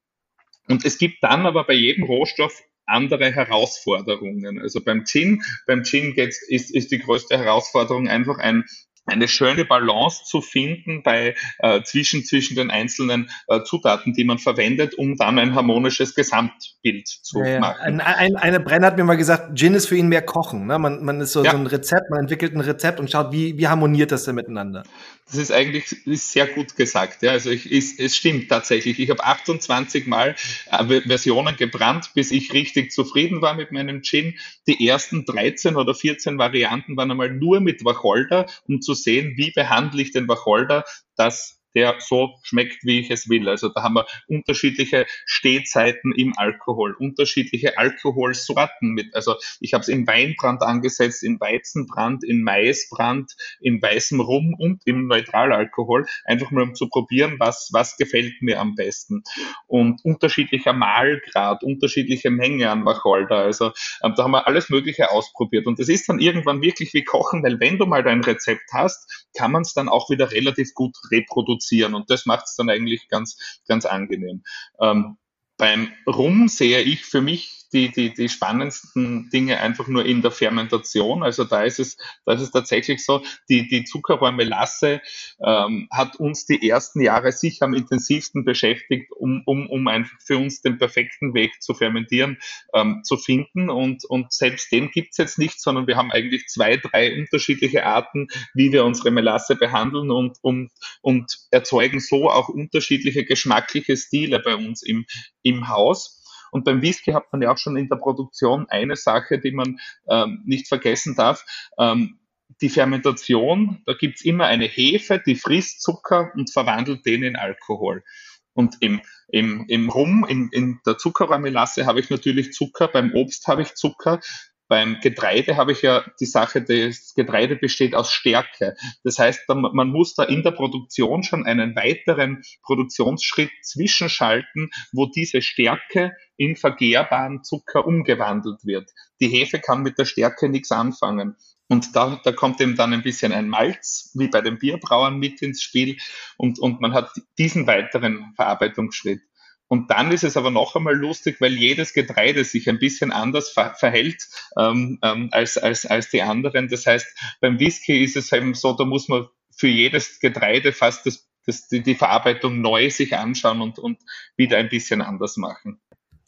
Und es gibt dann aber bei jedem Rohstoff andere Herausforderungen. Also beim Gin, beim Gin geht's, ist, ist die größte Herausforderung einfach ein eine schöne Balance zu finden bei äh, zwischen zwischen den einzelnen äh, Zutaten, die man verwendet, um dann ein harmonisches Gesamtbild zu ja, ja. machen. Ein, ein, eine Brenner hat mir mal gesagt, Gin ist für ihn mehr Kochen. Ne? Man, man ist so, ja. so ein Rezept, man entwickelt ein Rezept und schaut, wie, wie harmoniert das denn miteinander. Das ist eigentlich ist sehr gut gesagt. Ja, also ich, ist, es stimmt tatsächlich. Ich habe achtundzwanzig Mal äh, Versionen gebrannt, bis ich richtig zufrieden war mit meinem Gin. Die ersten dreizehn oder vierzehn Varianten waren einmal nur mit Wacholder, um zu sehen, wie behandle ich den Wacholder, dass der so schmeckt, wie ich es will. Also da haben wir unterschiedliche Stehzeiten im Alkohol, unterschiedliche Alkoholsorten mit. Also ich habe es in Weinbrand angesetzt, in Weizenbrand, in Maisbrand, in weißem Rum und im Neutralalkohol, einfach mal um zu probieren, was, was gefällt mir am besten. Und unterschiedlicher Mahlgrad, unterschiedliche Menge an Wacholder. Also ähm, da haben wir alles Mögliche ausprobiert. Und das ist dann irgendwann wirklich wie Kochen, weil wenn du mal dein Rezept hast, kann man es dann auch wieder relativ gut reproduzieren. Und das macht es dann eigentlich ganz, ganz angenehm. Ähm, beim Rum sehe ich für mich die, die, die spannendsten Dinge einfach nur in der Fermentation. Also da ist es, da ist es tatsächlich so, die, die Zuckerrohrmelasse ähm, hat uns die ersten Jahre sicher am intensivsten beschäftigt, um, um, um einfach für uns den perfekten Weg zu fermentieren ähm, zu finden. Und, und selbst den gibt's jetzt nicht, sondern wir haben eigentlich zwei, drei unterschiedliche Arten, wie wir unsere Melasse behandeln und, und, und erzeugen so auch unterschiedliche geschmackliche Stile bei uns im, im Haus. Und beim Whisky hat man ja auch schon in der Produktion eine Sache, die man ähm, nicht vergessen darf. Ähm, die Fermentation, da gibt's immer eine Hefe, die frisst Zucker und verwandelt den in Alkohol. Und im, im, im Rum, in, in der Zuckerrohrmelasse habe ich natürlich Zucker, beim Obst habe ich Zucker. Beim Getreide habe ich ja die Sache, das Getreide besteht aus Stärke. Das heißt, man muss da in der Produktion schon einen weiteren Produktionsschritt zwischenschalten, wo diese Stärke in vergehrbaren Zucker umgewandelt wird. Die Hefe kann mit der Stärke nichts anfangen. Und da, da kommt eben dann ein bisschen ein Malz, wie bei den Bierbrauern, mit ins Spiel. Und, und man hat diesen weiteren Verarbeitungsschritt. Und dann ist es aber noch einmal lustig, weil jedes Getreide sich ein bisschen anders ver- verhält ähm, ähm, als, als, als die anderen. Das heißt, beim Whisky ist es eben so, da muss man für jedes Getreide fast das, das, die, die Verarbeitung neu sich anschauen und, und wieder ein bisschen anders machen.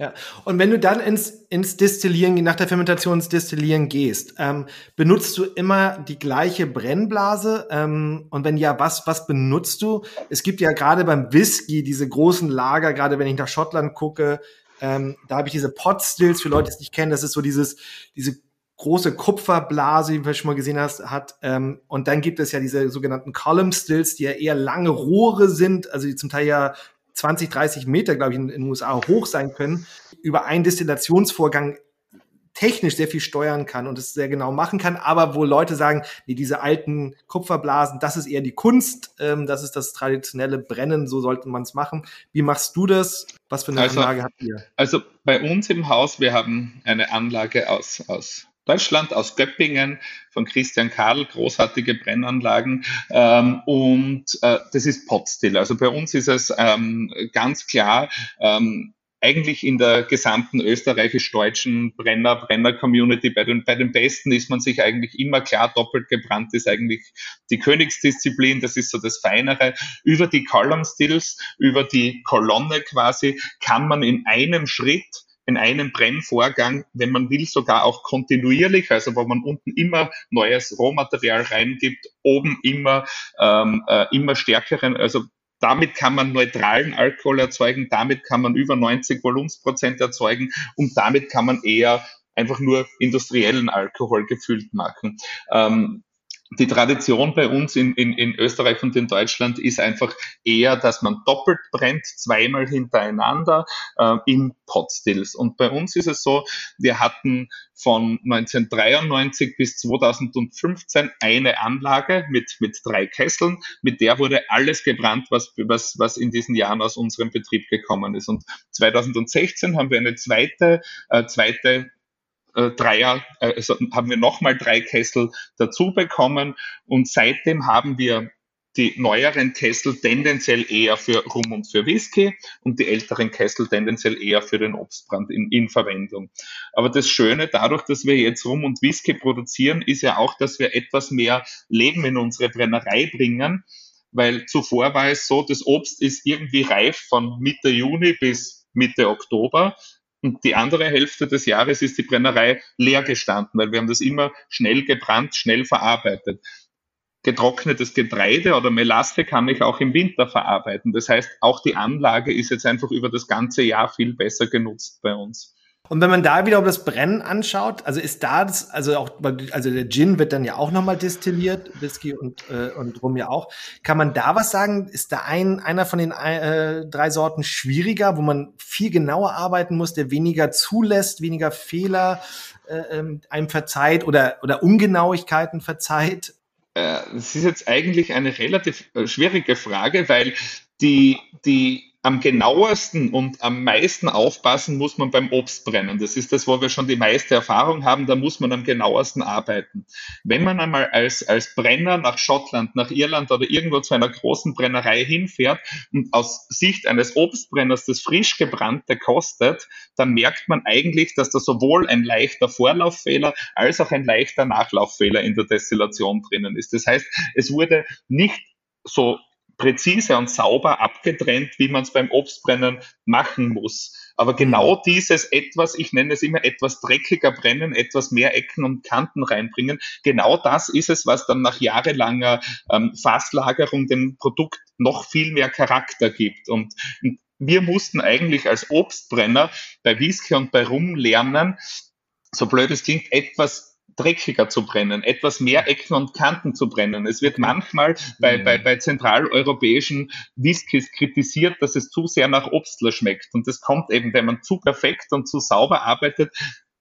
Ja, und wenn du dann ins, ins Destillieren, nach der Fermentation ins Destillieren gehst, ähm, benutzt du immer die gleiche Brennblase? Ähm, und wenn ja, was, was benutzt du? Es gibt ja gerade beim Whisky diese großen Lager, gerade wenn ich nach Schottland gucke, ähm, da habe ich diese Pot Stills, für Leute, die es nicht kennen, das ist so dieses, diese große Kupferblase, die du schon mal gesehen hast, hat. Ähm, und dann gibt es ja diese sogenannten Column Stills, die ja eher lange Rohre sind, also die zum Teil ja zwanzig, dreißig Meter, glaube ich, in, in den U S A hoch sein können, über einen Destillationsvorgang technisch sehr viel steuern kann und es sehr genau machen kann, aber wo Leute sagen, nee, diese alten Kupferblasen, das ist eher die Kunst, ähm, das ist das traditionelle Brennen, so sollte man es machen. Wie machst du das? Was für eine Also, Anlage habt ihr? also bei uns im Haus, wir haben eine Anlage aus, aus Deutschland, aus Göppingen, von Christian Kadel, großartige Brennanlagen. Ähm, und äh, das ist Potstill. Also bei uns ist es ähm, ganz klar, ähm, eigentlich in der gesamten österreichisch-deutschen Brenner, Brenner-Community, bei den, bei den Besten ist man sich eigentlich immer klar, doppelt gebrannt ist eigentlich die Königsdisziplin, das ist so das Feinere. Über die Column Stills, über die Kolonne quasi, kann man in einem Schritt, in einem Brennvorgang, wenn man will, sogar auch kontinuierlich, also wo man unten immer neues Rohmaterial reingibt, oben immer, ähm, äh, immer stärkeren, also damit kann man neutralen Alkohol erzeugen, damit kann man über neunzig Volumensprozent erzeugen und damit kann man eher einfach nur industriellen Alkohol gefüllt machen. Ähm, die Tradition bei uns in, in, in Österreich und in Deutschland ist einfach eher, dass man doppelt brennt, zweimal hintereinander äh, in Potstills. Und bei uns ist es so, wir hatten von neunzehnhundertdreiundneunzig bis zweitausendfünfzehn eine Anlage mit, mit drei Kesseln, mit der wurde alles gebrannt, was, was, was in diesen Jahren aus unserem Betrieb gekommen ist. Und zweitausendsechzehn haben wir eine zweite, äh, zweite Äh, Dreier, äh, also haben wir nochmal drei Kessel dazu bekommen und seitdem haben wir die neueren Kessel tendenziell eher für Rum und für Whisky und die älteren Kessel tendenziell eher für den Obstbrand in, in Verwendung. Aber das Schöne dadurch, dass wir jetzt Rum und Whisky produzieren, ist ja auch, dass wir etwas mehr Leben in unsere Brennerei bringen, weil zuvor war es so, das Obst ist irgendwie reif von Mitte Juni bis Mitte Oktober. Und die andere Hälfte des Jahres ist die Brennerei leer gestanden, weil wir haben das immer schnell gebrannt, schnell verarbeitet. Getrocknetes Getreide oder Melasse kann ich auch im Winter verarbeiten. Das heißt, auch die Anlage ist jetzt einfach über das ganze Jahr viel besser genutzt bei uns. Und wenn man da wieder das Brennen anschaut, also ist da das, also auch, also der Gin wird dann ja auch nochmal destilliert, Whisky und, äh, und Rum ja auch. Kann man da was sagen? Ist da ein, einer von den äh, drei Sorten schwieriger, wo man viel genauer arbeiten muss, der weniger zulässt, weniger Fehler äh, einem verzeiht oder, oder Ungenauigkeiten verzeiht? Äh, das ist jetzt eigentlich eine relativ äh, schwierige Frage, weil die, die am genauesten und am meisten aufpassen muss man beim Obstbrennen. Das ist das, wo wir schon die meiste Erfahrung haben, da muss man am genauesten arbeiten. Wenn man einmal als, als Brenner nach Schottland, nach Irland oder irgendwo zu einer großen Brennerei hinfährt und aus Sicht eines Obstbrenners das frisch gebrannte kostet, dann merkt man eigentlich, dass da sowohl ein leichter Vorlauffehler als auch ein leichter Nachlauffehler in der Destillation drinnen ist. Das heißt, es wurde nicht so präzise und sauber abgetrennt, wie man es beim Obstbrennen machen muss. Aber genau dieses etwas, ich nenne es immer etwas dreckiger brennen, etwas mehr Ecken und Kanten reinbringen, genau das ist es, was dann nach jahrelanger ähm, Fasslagerung dem Produkt noch viel mehr Charakter gibt. Und, und wir mussten eigentlich als Obstbrenner bei Whisky und bei Rum lernen, so blöd es klingt, etwas dreckiger zu brennen, etwas mehr Ecken und Kanten zu brennen. Es wird manchmal bei, bei, bei zentraleuropäischen Whiskys kritisiert, dass es zu sehr nach Obstler schmeckt. Und das kommt eben, wenn man zu perfekt und zu sauber arbeitet,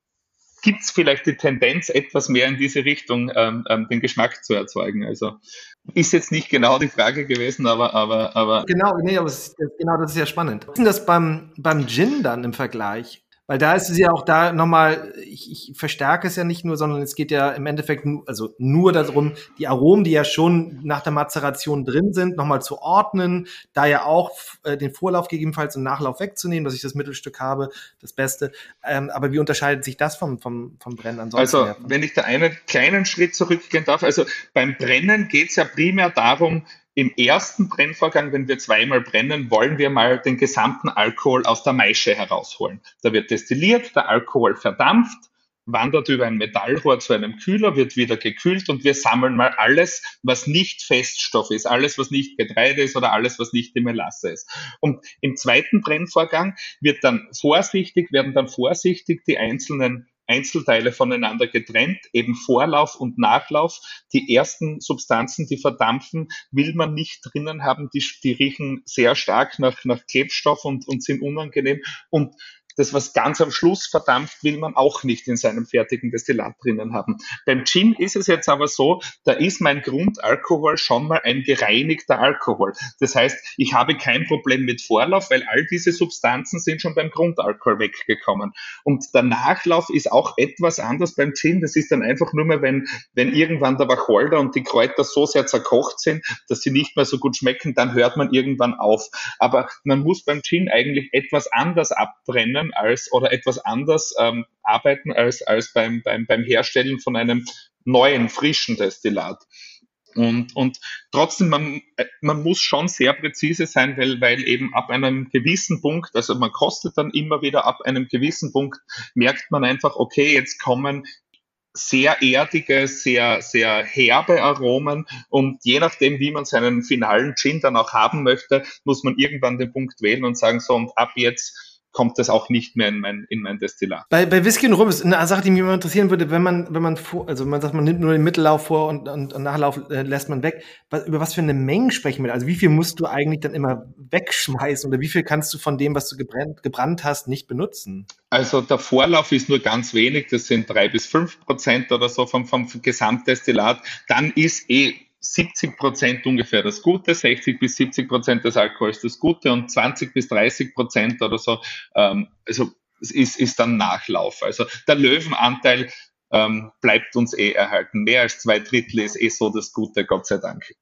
gibt es vielleicht die Tendenz, etwas mehr in diese Richtung ähm, ähm, den Geschmack zu erzeugen. Also ist jetzt nicht genau die Frage gewesen, aber... aber, aber genau, nee, aber es ist, genau, das ist ja spannend. Was ist denn das beim, beim Gin dann im Vergleich? Weil da ist es ja auch da nochmal, ich, ich verstärke es ja nicht nur, sondern es geht ja im Endeffekt nu, also nur darum, die Aromen, die ja schon nach der Mazeration drin sind, nochmal zu ordnen, da ja auch äh, den Vorlauf gegebenenfalls und Nachlauf wegzunehmen, dass ich das Mittelstück habe, das Beste. Ähm, aber wie unterscheidet sich das vom, vom, vom Brennen ansonsten? Also, wenn ich da einen kleinen Schritt zurückgehen darf, also beim Brennen geht es ja primär darum, im ersten Brennvorgang, wenn wir zweimal brennen, wollen wir mal den gesamten Alkohol aus der Maische herausholen. Da wird destilliert, der Alkohol verdampft, wandert über ein Metallrohr zu einem Kühler, wird wieder gekühlt und wir sammeln mal alles, was nicht Feststoff ist, alles, was nicht Getreide ist oder alles, was nicht die Melasse ist. Und im zweiten Brennvorgang wird dann vorsichtig, werden dann vorsichtig die einzelnen Einzelteile voneinander getrennt, eben Vorlauf und Nachlauf. Die ersten Substanzen, die verdampfen, will man nicht drinnen haben, die, die riechen sehr stark nach, nach Klebstoff und, und sind unangenehm. Und das, was ganz am Schluss verdampft, will man auch nicht in seinem fertigen Destillat drinnen haben. Beim Gin ist es jetzt aber so, da ist mein Grundalkohol schon mal ein gereinigter Alkohol. Das heißt, ich habe kein Problem mit Vorlauf, weil all diese Substanzen sind schon beim Grundalkohol weggekommen. Und der Nachlauf ist auch etwas anders beim Gin. Das ist dann einfach nur mehr, wenn, wenn irgendwann der Wacholder und die Kräuter so sehr zerkocht sind, dass sie nicht mehr so gut schmecken, dann hört man irgendwann auf. Aber man muss beim Gin eigentlich etwas anders abbrennen, als oder etwas anders ähm, arbeiten als, als beim, beim, beim Herstellen von einem neuen, frischen Destillat. Und, und trotzdem, man, man muss schon sehr präzise sein, weil, weil eben ab einem gewissen Punkt, also man kostet dann immer wieder ab einem gewissen Punkt, merkt man einfach, okay, jetzt kommen sehr erdige, sehr, sehr herbe Aromen und je nachdem, wie man seinen finalen Gin dann auch haben möchte, muss man irgendwann den Punkt wählen und sagen, so und ab jetzt kommt das auch nicht mehr in mein, in mein Destillat. Bei, bei Whisky und Rum ist eine Sache, die mich immer interessieren würde, wenn man, wenn man vor, also man sagt, man nimmt nur den Mittellauf vor und, und, und Nachlauf äh, lässt man weg. Was, über was für eine Menge sprechen wir? Also wie viel musst du eigentlich dann immer wegschmeißen oder wie viel kannst du von dem, was du gebrannt, gebrannt hast, nicht benutzen? Also der Vorlauf ist nur ganz wenig, das sind drei bis fünf Prozent oder so vom, vom Gesamtdestillat. Dann ist eh siebzig Prozent ungefähr das Gute, sechzig bis siebzig Prozent des Alkohols das Gute und zwanzig bis dreißig Prozent oder so, ähm, also ist, ist dann Nachlauf. Also der Löwenanteil ähm, bleibt uns eh erhalten. Mehr als zwei Drittel ist eh so das Gute, Gott sei Dank.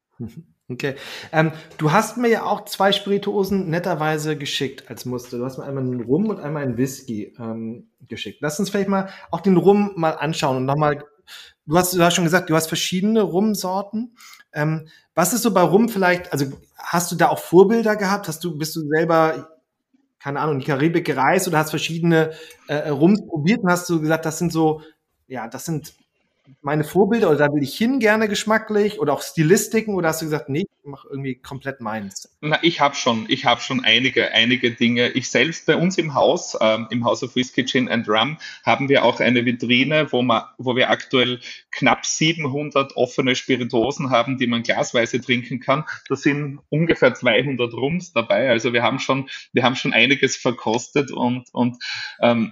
Okay. Ähm, du hast mir ja auch zwei Spirituosen netterweise geschickt als Muster. Du hast mir einmal einen Rum und einmal einen Whisky ähm, geschickt. Lass uns vielleicht mal auch den Rum mal anschauen und nochmal. Du hast, du hast schon gesagt, du hast verschiedene Rumsorten. Ähm, was ist so bei Rum vielleicht, also hast du da auch Vorbilder gehabt? Hast du, bist du selber, keine Ahnung, in die Karibik gereist oder hast verschiedene äh, Rums probiert und hast du gesagt, das sind so, ja, das sind meine Vorbilder oder da will ich hin gerne geschmacklich oder auch Stilistiken oder hast du gesagt, nee, ich mache irgendwie komplett meins? Na, ich habe schon, ich habe schon einige, einige Dinge. Ich selbst bei uns im Haus, ähm, im House of Whiskey, Gin and Rum, haben wir auch eine Vitrine, wo man, wo wir aktuell knapp siebenhundert offene Spirituosen haben, die man glasweise trinken kann. Da sind ungefähr zweihundert Rums dabei. Also wir haben schon, wir haben schon einiges verkostet und und ähm,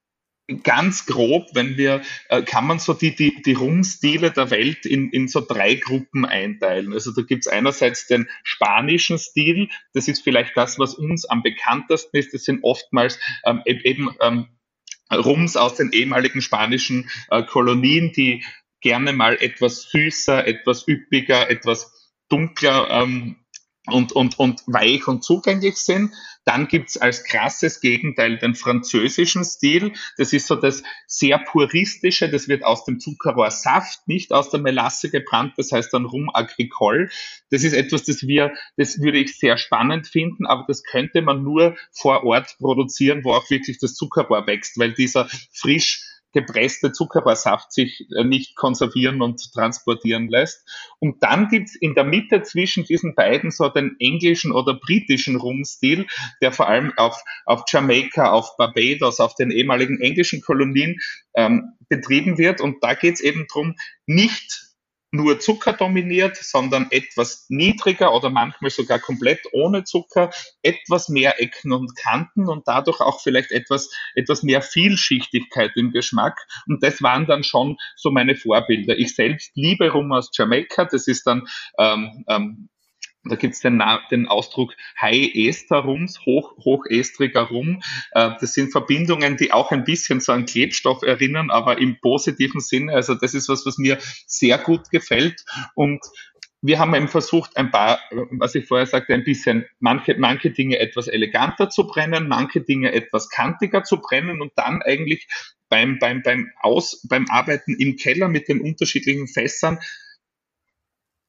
ganz grob, wenn wir, äh, kann man so die, die, die Rumstile der Welt in, in so drei Gruppen einteilen. Also da gibt's einerseits den spanischen Stil, das ist vielleicht das, was uns am bekanntesten ist. Das sind oftmals ähm, eben ähm, Rums aus den ehemaligen spanischen äh, Kolonien, die gerne mal etwas süßer, etwas üppiger, etwas dunkler ähm, und, und, und weich und zugänglich sind. Dann gibt's als krasses Gegenteil den französischen Stil. Das ist so das sehr puristische, das wird aus dem Zuckerrohrsaft, nicht aus der Melasse gebrannt, das heißt dann Rum agricole. Das ist etwas, das wir, das würde ich sehr spannend finden, aber das könnte man nur vor Ort produzieren, wo auch wirklich das Zuckerrohr wächst, weil dieser frisch gepresste Zuckerrohrsaft sich nicht konservieren und transportieren lässt. Und dann gibt's in der Mitte zwischen diesen beiden so den englischen oder britischen Rumstil, der vor allem auf, auf Jamaika, auf Barbados, auf den ehemaligen englischen Kolonien ähm, betrieben wird. Und da geht's eben drum, nicht nur Zucker dominiert, sondern etwas niedriger oder manchmal sogar komplett ohne Zucker, etwas mehr Ecken und Kanten und dadurch auch vielleicht etwas, etwas mehr Vielschichtigkeit im Geschmack. Und das waren dann schon so meine Vorbilder. Ich selbst liebe Rum aus Jamaika, das ist dann ähm, ähm, da gibt's den, den Ausdruck High Ester Rums, hoch, hochestriger Rum. Äh, das sind Verbindungen, die auch ein bisschen so an Klebstoff erinnern, aber im positiven Sinne. Also das ist was, was mir sehr gut gefällt. Und wir haben eben versucht, ein paar, was ich vorher sagte, ein bisschen manche, manche Dinge etwas eleganter zu brennen, manche Dinge etwas kantiger zu brennen und dann eigentlich beim, beim, beim Aus, beim Arbeiten im Keller mit den unterschiedlichen Fässern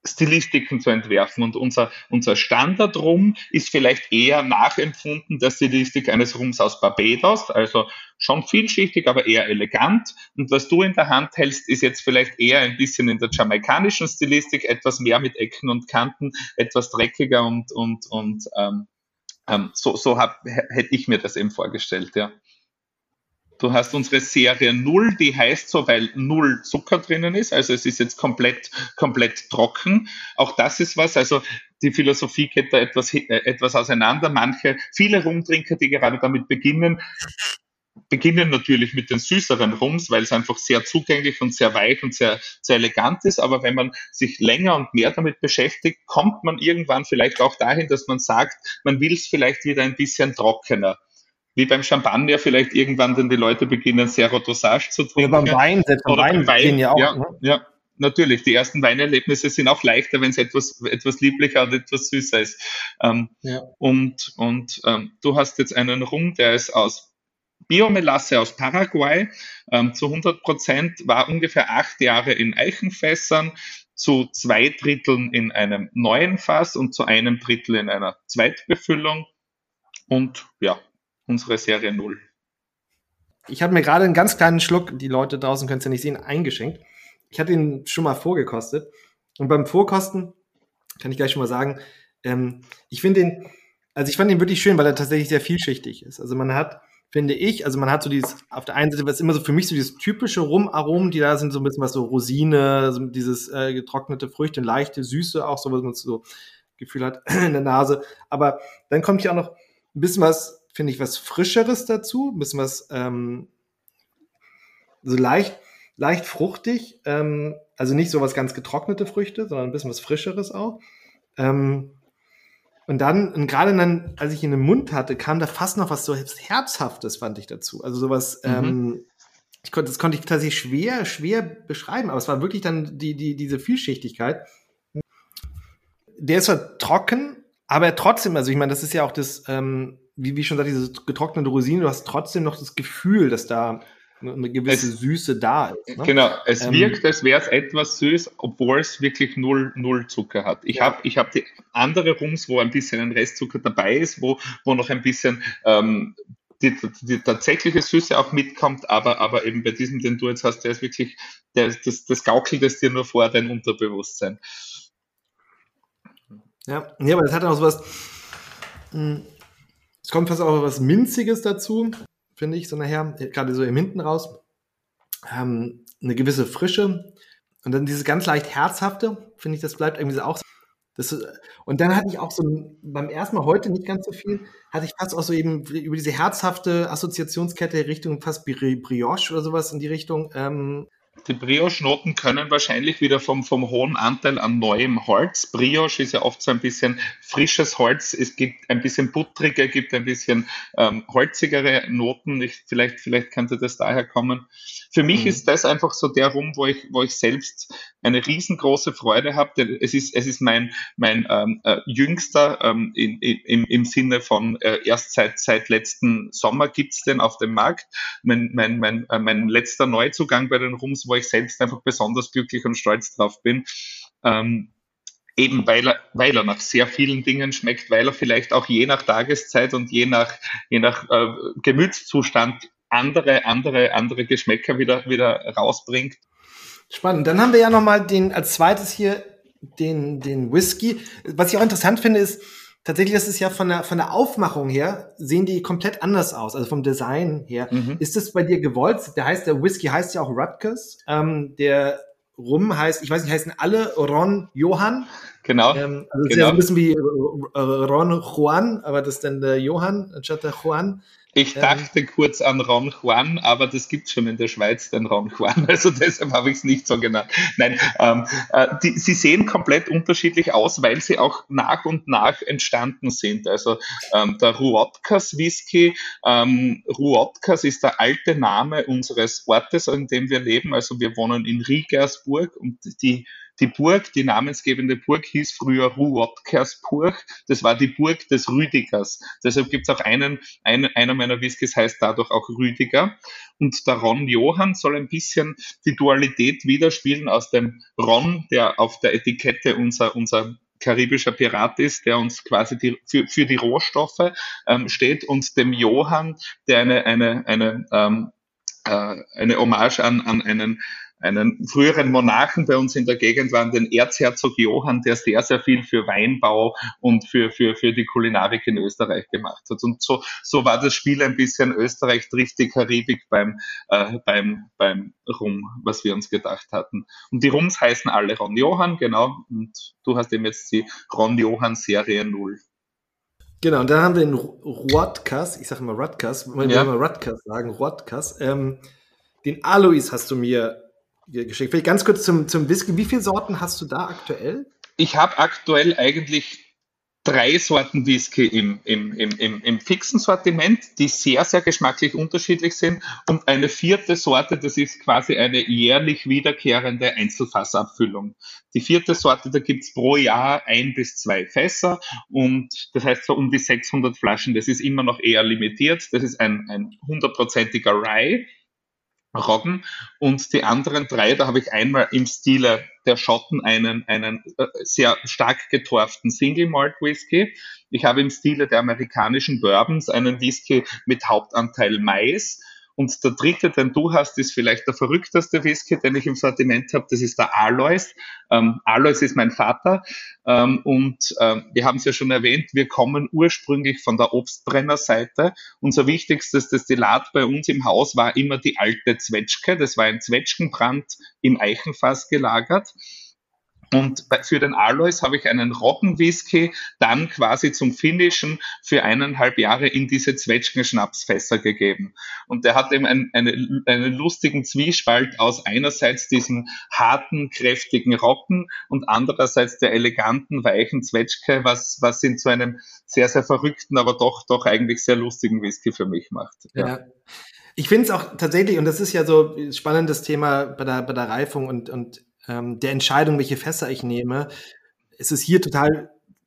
Stilistiken zu entwerfen. Und unser, unser Standardrum ist vielleicht eher nachempfunden der Stilistik eines Rums aus Barbados, also schon vielschichtig, aber eher elegant. Und was du in der Hand hältst, ist jetzt vielleicht eher ein bisschen in der jamaikanischen Stilistik, etwas mehr mit Ecken und Kanten, etwas dreckiger und, und, und ähm, ähm, so, so hab, hätte ich mir das eben vorgestellt, ja. Du hast unsere Serie null, die heißt so, weil null Zucker drinnen ist. Also es ist jetzt komplett, komplett trocken. Auch das ist was, also die Philosophie geht da etwas, äh, etwas auseinander. Manche, viele Rumtrinker, die gerade damit beginnen, beginnen natürlich mit den süßeren Rums, weil es einfach sehr zugänglich und sehr weich und sehr, sehr elegant ist. Aber wenn man sich länger und mehr damit beschäftigt, kommt man irgendwann vielleicht auch dahin, dass man sagt, man will es vielleicht wieder ein bisschen trockener. Wie beim Champagner vielleicht irgendwann, wenn die Leute beginnen, Zero Dosage zu trinken. Oder beim Wein, selbst beim Oder Wein, beim Wein ja auch. Ja, Ne? ja, natürlich. Die ersten Weinerlebnisse sind auch leichter, wenn es etwas, etwas lieblicher und etwas süßer ist. Ähm, Ja. Und, und ähm, du hast jetzt einen Rum, der ist aus Biomelasse aus Paraguay, ähm, zu hundert Prozent, war ungefähr acht Jahre in Eichenfässern, zu zwei Dritteln in einem neuen Fass und zu einem Drittel in einer Zweitbefüllung. Und ja, unsere Serie null. Ich habe mir gerade einen ganz kleinen Schluck, die Leute draußen können es ja nicht sehen, eingeschenkt. Ich hatte ihn schon mal vorgekostet. Und beim Vorkosten kann ich gleich schon mal sagen, ähm, ich finde den, also ich fand den wirklich schön, weil er tatsächlich sehr vielschichtig ist. Also man hat, finde ich, also man hat so dieses, auf der einen Seite, was immer so für mich so dieses typische Rumaromen, die da sind, so ein bisschen was so Rosine, so dieses äh, getrocknete Früchte, leichte Süße, auch so, was man so Gefühl hat in der Nase. Aber dann kommt hier auch noch ein bisschen was, finde ich, was Frischeres dazu, ein bisschen was ähm, so leicht, leicht fruchtig, ähm, also nicht so was ganz getrocknete Früchte, sondern ein bisschen was Frischeres auch. Ähm, und dann, und gerade dann, als ich ihn im Mund hatte, kam da fast noch was so Herzhaftes, fand ich dazu. Also sowas, mhm. ähm, ich konnte, das konnte ich tatsächlich schwer, schwer beschreiben, aber es war wirklich dann die, die, diese Vielschichtigkeit. Der ist zwar trocken, aber trotzdem, also ich meine, das ist ja auch das, ähm, wie, wie schon gesagt, diese getrocknete Rosine, du hast trotzdem noch das Gefühl, dass da eine gewisse es, Süße da ist. Ne? Genau, es ähm, wirkt, als wäre es etwas süß, obwohl es wirklich null, null Zucker hat. Ich ja. habe ich hab die andere Rums, wo ein bisschen ein Restzucker dabei ist, wo, wo noch ein bisschen ähm, die, die tatsächliche Süße auch mitkommt, aber, aber eben bei diesem, den du jetzt hast, der ist wirklich, der, das, das gaukelt es dir nur vor, dein Unterbewusstsein. Ja, ja, aber das hat auch so was, mh, es kommt fast auch was Minziges dazu, finde ich, so nachher, gerade so im Hinten raus, ähm, eine gewisse Frische und dann dieses ganz leicht Herzhafte, finde ich, das bleibt irgendwie auch so. Das, und dann hatte ich auch so, beim ersten Mal heute nicht ganz so viel, hatte ich fast auch so eben über diese herzhafte Assoziationskette Richtung fast Brioche oder sowas in die Richtung. Ähm, Die Brioche-Noten können wahrscheinlich wieder vom, vom hohen Anteil an neuem Holz. Brioche ist ja oft so ein bisschen frisches Holz. Es gibt ein bisschen buttriger, gibt ein bisschen ähm, holzigere Noten. Ich, vielleicht, vielleicht könnte das daher kommen. Für mich mhm. ist das einfach so der Rum, wo ich, wo ich selbst eine riesengroße Freude habe. Denn es ist, es ist mein, mein ähm, äh, jüngster ähm, in, in, im Sinne von äh, erst seit, seit letzten Sommer gibt's den auf dem Markt. Mein, mein, mein, äh, mein letzter Neuzugang bei den Rums, wo ich selbst einfach besonders glücklich und stolz drauf bin. Ähm, eben weil er, weil er nach sehr vielen Dingen schmeckt, weil er vielleicht auch je nach Tageszeit und je nach, je nach äh, Gemütszustand andere, andere, andere Geschmäcker wieder, wieder rausbringt. Spannend. Dann haben wir ja nochmal den, als zweites hier den, den Whisky. Was ich auch interessant finde, ist, tatsächlich, das ist ja von der, von der Aufmachung her, sehen die komplett anders aus, also vom Design her. Mhm. Ist das bei dir gewollt? Der heißt, der Whisky heißt ja auch Rutgers. Ähm, der Rum heißt, ich weiß nicht, heißen alle Ron Johann. Genau. Ähm, also das genau. ist ja so ein bisschen wie Ron Juan, aber das ist dann der Johann anstatt der Juan. Ich dachte ähm, kurz an Ron Juan, aber das gibt's schon in der Schweiz, den Ron Juan, also deshalb habe ich es nicht so genannt. Nein, ähm, äh, die, sie sehen komplett unterschiedlich aus, weil sie auch nach und nach entstanden sind. Also ähm, der Ruotkas Whisky, ähm, Ruotkas ist der alte Name unseres Ortes, in dem wir leben. Also wir wohnen in Riegersburg und die die Burg, die namensgebende Burg hieß früher Ruotkersburg. Das war die Burg des Rüdigers. Deshalb gibt es auch einen, ein, einer meiner Whiskys heißt dadurch auch Rüdiger. Und der Ron Johann soll ein bisschen die Dualität widerspiegeln aus dem Ron, der auf der Etikette unser, unser karibischer Pirat ist, der uns quasi die, für, für die Rohstoffe ähm, steht, und dem Johann, der eine, eine, eine, ähm, äh, eine Hommage an, an einen, einen früheren Monarchen bei uns in der Gegend war, den Erzherzog Johann, der sehr, sehr viel für Weinbau und für, für, für die Kulinarik in Österreich gemacht hat. Und so, so war das Spiel ein bisschen Österreich trifft die Karibik beim, äh, beim, beim Rum, was wir uns gedacht hatten. Und die Rums heißen alle Ron Johann, genau. Und du hast eben jetzt die Ron Johann Serie null. Genau, und dann haben wir den Rotkas, ich sage immer Rotkas, man will immer Rotkas sagen, Rotkas. Ähm, den Alois hast du mir geschickt. Vielleicht ganz kurz zum, zum Whisky. Wie viele Sorten hast du da aktuell? Ich habe aktuell eigentlich drei Sorten Whisky im, im, im, im, im fixen Sortiment, die sehr, sehr geschmacklich unterschiedlich sind, und eine vierte Sorte, das ist quasi eine jährlich wiederkehrende Einzelfassabfüllung. Die vierte Sorte, da gibt's pro Jahr ein bis zwei Fässer, und das heißt so um die sechshundert Flaschen. Das ist immer noch eher limitiert. Das ist ein, ein hundertprozentiger Rye, Roggen, und die anderen drei, da habe ich einmal im Stile der Schotten einen, einen äh, sehr stark getorften Single Malt Whisky. Ich habe im Stile der amerikanischen Bourbons einen Whisky mit Hauptanteil Mais. Und der dritte, den du hast, ist vielleicht der verrückteste Whisky, den ich im Sortiment habe. Das ist der Alois. Ähm, Alois ist mein Vater. Ähm, und ähm, wir haben es ja schon erwähnt, wir kommen ursprünglich von der Obstbrennerseite. Unser wichtigstes Destillat bei uns im Haus war immer die alte Zwetschge. Das war ein Zwetschgenbrand im Eichenfass gelagert. Und für den Alois habe ich einen Roggenwhisky dann quasi zum Finishen für eineinhalb Jahre in diese Zwetschgen-Schnapsfässer gegeben. Und der hat eben einen, eine, einen lustigen Zwiespalt aus einerseits diesem harten, kräftigen Roggen und andererseits der eleganten, weichen Zwetschge, was, was ihn zu einem sehr, sehr verrückten, aber doch, doch eigentlich sehr lustigen Whisky für mich macht. Ja. ja. Ich finde es auch tatsächlich, und das ist ja so ein spannendes Thema bei der, bei der Reifung und, und ähm, der Entscheidung, welche Fässer ich nehme, ist es hier total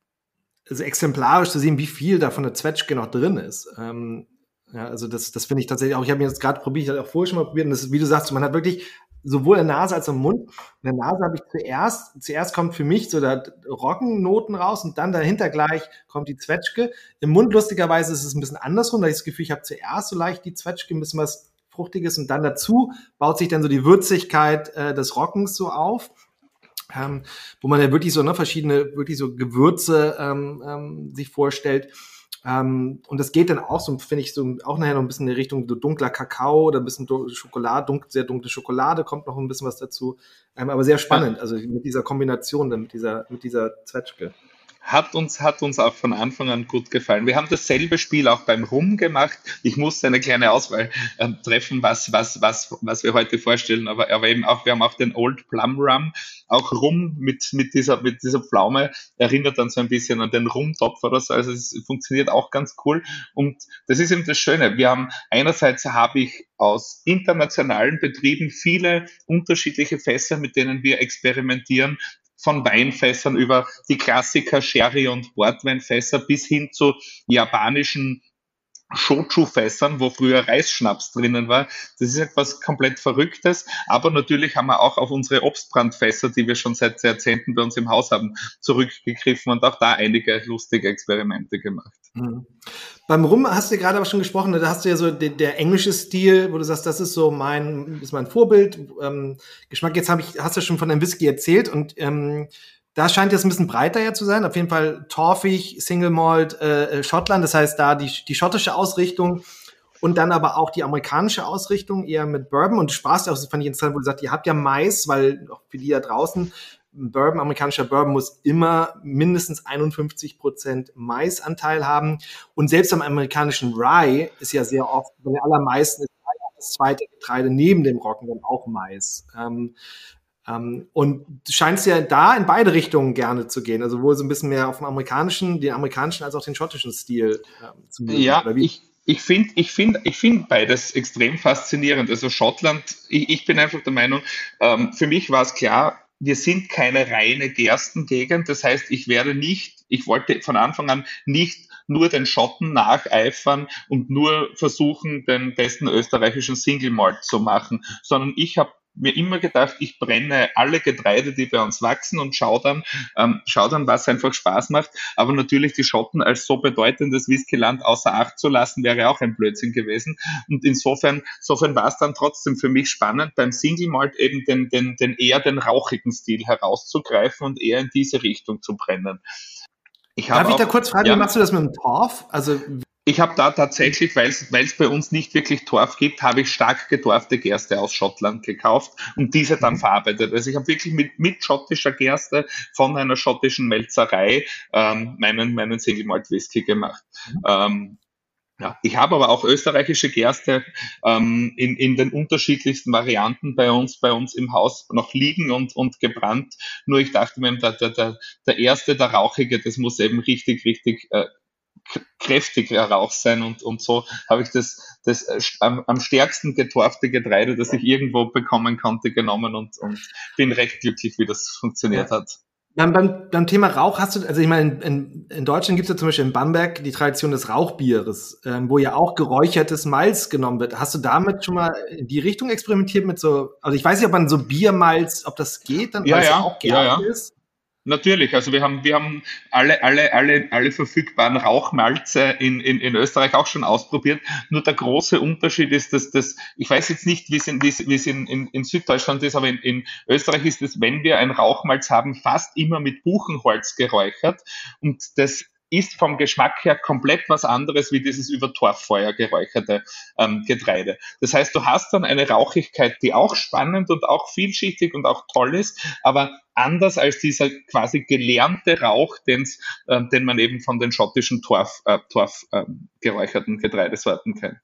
also exemplarisch zu sehen, wie viel da von der Zwetschge noch drin ist. Ähm, ja, also das, das finde ich tatsächlich auch, ich habe mir jetzt gerade probiert, ich habe auch vorher schon mal probiert, und das ist, wie du sagst, man hat wirklich sowohl in der Nase als auch im Mund. In der Nase habe ich zuerst, zuerst kommt für mich so da Roggennoten raus und dann dahinter gleich kommt die Zwetschge. Im Mund lustigerweise ist es ein bisschen andersrum, da ich das Gefühl, ich habe zuerst so leicht die Zwetschge, ein bisschen was Fruchtiges, und dann dazu baut sich dann so die Würzigkeit äh, des Roggens so auf, ähm, wo man ja wirklich so ne, verschiedene, wirklich so Gewürze ähm, ähm, sich vorstellt. Ähm, und das geht dann auch so, finde ich, so auch nachher noch ein bisschen in die Richtung so dunkler Kakao oder ein bisschen Schokolade, dunk, sehr dunkle Schokolade, kommt noch ein bisschen was dazu. Ähm, aber sehr spannend, also mit dieser Kombination, dann mit dieser, mit dieser Zwetschge. Hat uns, hat uns auch von Anfang an gut gefallen. Wir haben dasselbe Spiel auch beim Rum gemacht. Ich musste eine kleine Auswahl äh, treffen, was, was, was, was wir heute vorstellen. Aber, aber eben auch, wir haben auch den Old Plum Rum, auch Rum mit, mit dieser, mit dieser Pflaume, erinnert dann so ein bisschen an den Rumtopf oder so. Also es funktioniert auch ganz cool. Und das ist eben das Schöne. Wir haben, einerseits habe ich aus internationalen Betrieben viele unterschiedliche Fässer, mit denen wir experimentieren, von Weinfässern über die Klassiker Sherry- und Portweinfässer bis hin zu japanischen Shochu-Fässern, wo früher Reisschnaps drinnen war. Das ist etwas komplett Verrücktes, aber natürlich haben wir auch auf unsere Obstbrandfässer, die wir schon seit Jahrzehnten bei uns im Haus haben, zurückgegriffen und auch da einige lustige Experimente gemacht. Mhm. Beim Rum hast du gerade aber schon gesprochen, da hast du ja so den, der englische Stil, wo du sagst, das ist so mein, ist mein Vorbild, ähm, Geschmack. Jetzt hab ich, hast du schon von deinem Whisky erzählt, und ähm, da scheint jetzt ein bisschen breiter ja zu sein. Auf jeden Fall torfig, Single Malt, äh, Schottland. Das heißt, da die, die schottische Ausrichtung und dann aber auch die amerikanische Ausrichtung eher mit Bourbon. Und du sprachst ja auch, das fand ich interessant, wo du sagst, ihr habt ja Mais, weil auch für die da draußen, Bourbon, amerikanischer Bourbon muss immer mindestens einundfünfzig Prozent Maisanteil haben. Und selbst am amerikanischen Rye ist ja sehr oft, bei den allermeisten ist das zweite Getreide neben dem Roggen dann auch Mais. Ähm, Um, und du scheinst ja da in beide Richtungen gerne zu gehen, also wohl so ein bisschen mehr auf dem amerikanischen, den amerikanischen als auch den schottischen Stil ähm, zu mögen. Ja, ich, ich finde ich find, ich find beides extrem faszinierend. Also Schottland, ich, ich bin einfach der Meinung, ähm, für mich war es klar, wir sind keine reine Gerstengegend. Das heißt, ich werde nicht, ich wollte von Anfang an nicht nur den Schotten nacheifern und nur versuchen, den besten österreichischen Single Malt zu machen, sondern ich habe mir immer gedacht, ich brenne alle Getreide, die bei uns wachsen und schau dann, ähm, schau dann, was einfach Spaß macht. Aber natürlich die Schotten als so bedeutendes Whiskyland außer Acht zu lassen, wäre auch ein Blödsinn gewesen. Und insofern, insofern war es dann trotzdem für mich spannend, beim Single Malt eben den, den, den eher den rauchigen Stil herauszugreifen und eher in diese Richtung zu brennen. Ich Darf ich auch, da kurz fragen, ja, wie machst du das mit dem Torf? Also ich habe da tatsächlich, weil es bei uns nicht wirklich Torf gibt, habe ich stark gedorfte Gerste aus Schottland gekauft und diese dann mhm. verarbeitet. Also ich habe wirklich mit, mit schottischer Gerste von einer schottischen Melzerei ähm, meinen, meinen Single Malt Whisky gemacht. Mhm. Ähm, ja, ich habe aber auch österreichische Gerste ähm, in, in den unterschiedlichsten Varianten bei uns, bei uns im Haus noch liegen und, und gebrannt. Nur ich dachte mir, der, der, der erste, der rauchige, das muss eben richtig, richtig äh, kräftiger Rauch sein und, und so habe ich das, das am, am stärksten getorfte Getreide, das ich irgendwo bekommen konnte, genommen und, und bin recht glücklich, wie das funktioniert ja. hat. Beim, beim, beim Thema Rauch hast du, also ich meine, in, in Deutschland gibt es ja zum Beispiel in Bamberg die Tradition des Rauchbieres, ähm, wo ja auch geräuchertes Malz genommen wird. Hast du damit schon mal in die Richtung experimentiert mit so, also ich weiß nicht, ob man so Biermalz, ob das geht, dann, ja, weil ja, es auch Gerste ja, ja. ist? Natürlich, also wir haben, wir haben alle, alle, alle, alle verfügbaren Rauchmalze in, in, in Österreich auch schon ausprobiert. Nur der große Unterschied ist, dass das, ich weiß jetzt nicht, wie es in, wie es in, in, in Süddeutschland ist, aber in, in Österreich ist es, wenn wir ein Rauchmalz haben, fast immer mit Buchenholz geräuchert. Und das ist vom Geschmack her komplett was anderes wie dieses über Torffeuer geräucherte ähm, Getreide. Das heißt, du hast dann eine Rauchigkeit, die auch spannend und auch vielschichtig und auch toll ist, aber anders als dieser quasi gelernte Rauch, den's, äh, den man eben von den schottischen Torf, äh, Torf äh, geräucherten Getreidesorten kennt.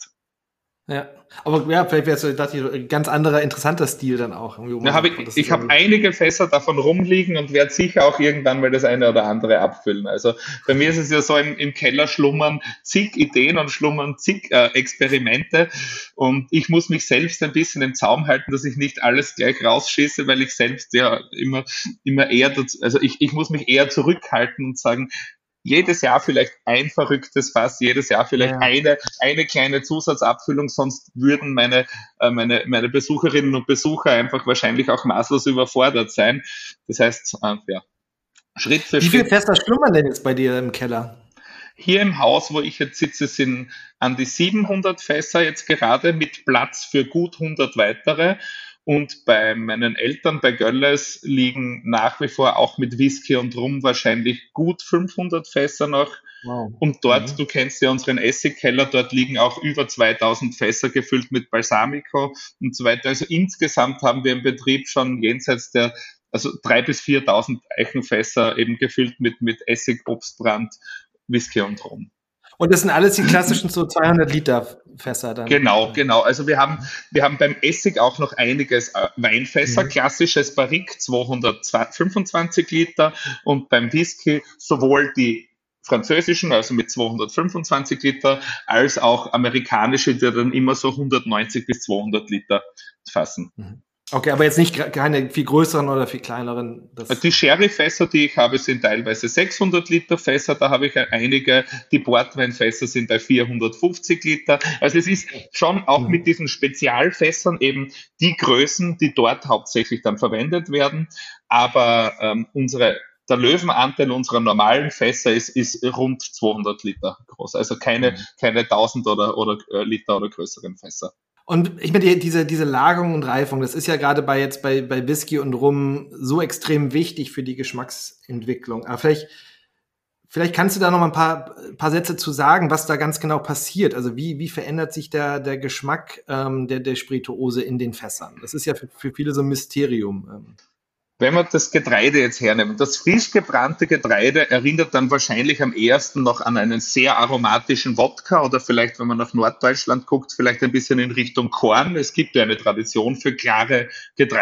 Ja, aber ja, vielleicht wäre es, dachte ich, ein ganz anderer, interessanter Stil dann auch. Ja, hab ich ich habe einige Fässer davon rumliegen und werde sicher auch irgendwann mal das eine oder andere abfüllen. Also bei mir ist es ja so, im, im Keller schlummern zig Ideen und schlummern zig äh, Experimente und ich muss mich selbst ein bisschen im Zaum halten, dass ich nicht alles gleich rausschieße, weil ich selbst ja immer, immer eher, dazu, also ich, ich muss mich eher zurückhalten und sagen, jedes Jahr vielleicht ein verrücktes Fass, jedes Jahr vielleicht ja. eine, eine kleine Zusatzabfüllung, sonst würden meine, äh, meine, meine Besucherinnen und Besucher einfach wahrscheinlich auch maßlos überfordert sein. Das heißt, äh, ja, Schritt für Wie Schritt. Wie viele Fässer schlummern denn jetzt bei dir im Keller? Hier im Haus, wo ich jetzt sitze, sind an die siebenhundert Fässer jetzt gerade mit Platz für gut hundert weitere. Und bei meinen Eltern bei Gölles liegen nach wie vor auch mit Whisky und Rum wahrscheinlich gut fünfhundert Fässer noch. Wow. Und dort, mhm. du kennst ja unseren Essigkeller, dort liegen auch über zweitausend Fässer gefüllt mit Balsamico und so weiter. Also insgesamt haben wir im Betrieb schon jenseits der, also dreitausend bis viertausend Eichenfässer eben gefüllt mit, mit Essig, Obstbrand, Whisky und Rum. Und das sind alles die klassischen so zweihundert Liter Fässer dann? Genau, genau. Also wir haben, wir haben beim Essig auch noch einiges äh, Weinfässer, mhm. klassisches Barrique zweihundertfünfundzwanzig Liter und beim Whisky sowohl die französischen, also mit zweihundertfünfundzwanzig Liter, als auch amerikanische, die dann immer so hundertneunzig bis zweihundert Liter fassen. Mhm. Okay, aber jetzt nicht keine viel größeren oder viel kleineren. Das die Sherry-Fässer, die ich habe, sind teilweise sechshundert Liter Fässer. Da habe ich einige. Die Portweinfässer sind bei vierhundertfünfzig Liter. Also es ist schon auch mit diesen Spezialfässern eben die Größen, die dort hauptsächlich dann verwendet werden. Aber ähm, unsere der Löwenanteil unserer normalen Fässer ist, ist rund zweihundert Liter groß. Also keine, keine tausend oder, oder äh, Liter oder größeren Fässer. Und ich meine, diese, diese Lagerung und Reifung, das ist ja gerade bei jetzt bei, bei Whisky und Rum so extrem wichtig für die Geschmacksentwicklung. Aber vielleicht, vielleicht kannst du da noch mal ein paar, paar Sätze zu sagen, was da ganz genau passiert. Also wie, wie verändert sich der, der Geschmack ähm, der, der Spirituose in den Fässern? Das ist ja für, für viele so ein Mysterium. Ähm. Wenn wir das Getreide jetzt hernehmen, das frisch gebrannte Getreide erinnert dann wahrscheinlich am ehesten noch an einen sehr aromatischen Wodka oder vielleicht, wenn man nach Norddeutschland guckt, vielleicht ein bisschen in Richtung Korn. Es gibt ja eine Tradition für klare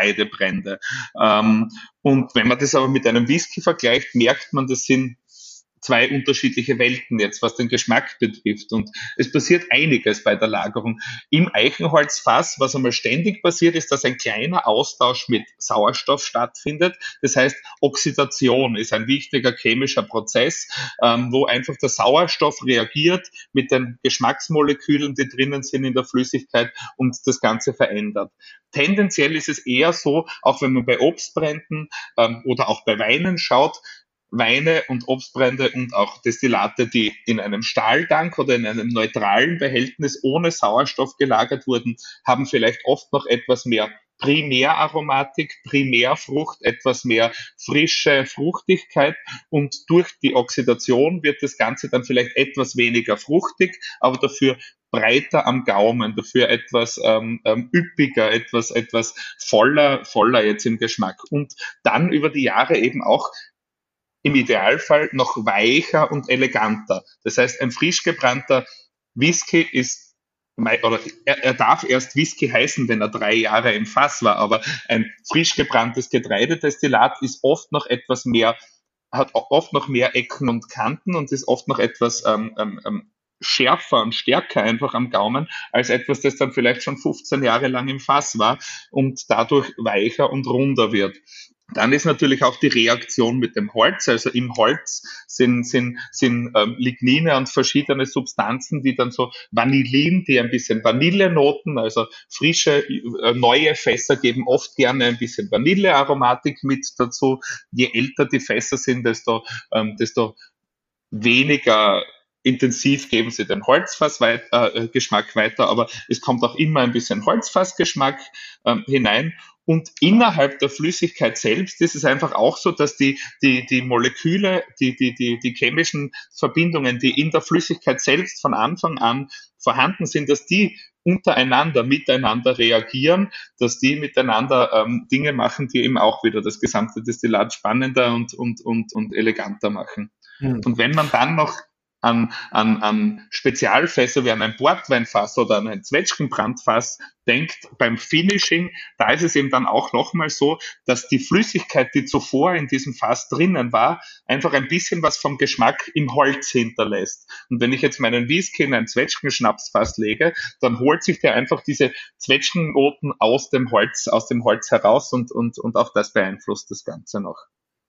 Getreidebrände. Ähm, und wenn man das aber mit einem Whisky vergleicht, merkt man, das sind zwei unterschiedliche Welten jetzt, was den Geschmack betrifft. Und es passiert einiges bei der Lagerung. Im Eichenholzfass, was einmal ständig passiert, ist, dass ein kleiner Austausch mit Sauerstoff stattfindet. Das heißt, Oxidation ist ein wichtiger chemischer Prozess, ähm, wo einfach der Sauerstoff reagiert mit den Geschmacksmolekülen, die drinnen sind in der Flüssigkeit und das Ganze verändert. Tendenziell ist es eher so, auch wenn man bei Obstbränden ähm, oder auch bei Weinen schaut, Weine und Obstbrände und auch Destillate, die in einem Stahltank oder in einem neutralen Behältnis ohne Sauerstoff gelagert wurden, haben vielleicht oft noch etwas mehr Primäraromatik, Primärfrucht, etwas mehr frische Fruchtigkeit und durch die Oxidation wird das Ganze dann vielleicht etwas weniger fruchtig, aber dafür breiter am Gaumen, dafür etwas ähm, ähm, üppiger, etwas etwas voller, voller jetzt im Geschmack und dann über die Jahre eben auch im Idealfall noch weicher und eleganter. Das heißt, ein frisch gebrannter Whisky ist, oder er, er darf erst Whisky heißen, wenn er drei Jahre im Fass war, aber ein frisch gebranntes Getreidedestillat ist oft noch etwas mehr, hat oft noch mehr Ecken und Kanten und ist oft noch etwas ähm, ähm, schärfer und stärker einfach am Gaumen als etwas, das dann vielleicht schon fünfzehn Jahre lang im Fass war und dadurch weicher und runder wird. Dann ist natürlich auch die Reaktion mit dem Holz, also im Holz sind, sind, sind ähm, Lignine und verschiedene Substanzen, die dann so Vanillin, die ein bisschen Vanillenoten, also frische, äh, neue Fässer geben oft gerne ein bisschen Vanillearomatik mit dazu. Je älter die Fässer sind, desto, ähm, desto weniger intensiv geben sie den Holzfassgeschmack äh, Geschmack weiter, aber es kommt auch immer ein bisschen Holzfassgeschmack ähm, hinein. Und innerhalb der Flüssigkeit selbst ist es einfach auch so, dass die, die, die Moleküle, die, die, die, die chemischen Verbindungen, die in der Flüssigkeit selbst von Anfang an vorhanden sind, dass die untereinander, miteinander reagieren, dass die miteinander ähm, Dinge machen, die eben auch wieder das gesamte Destillat spannender und, und, und, und eleganter machen. Mhm. Und wenn man dann noch an, an, an Spezialfässer wie an ein Portweinfass oder an ein Zwetschgenbrandfass denkt beim Finishing, da ist es eben dann auch nochmal so, dass die Flüssigkeit, die zuvor in diesem Fass drinnen war, einfach ein bisschen was vom Geschmack im Holz hinterlässt. Und wenn ich jetzt meinen Whisky in ein Zwetschgenschnapsfass lege, dann holt sich der einfach diese Zwetschgennoten aus dem Holz, aus dem Holz heraus und, und, und auch das beeinflusst das Ganze noch.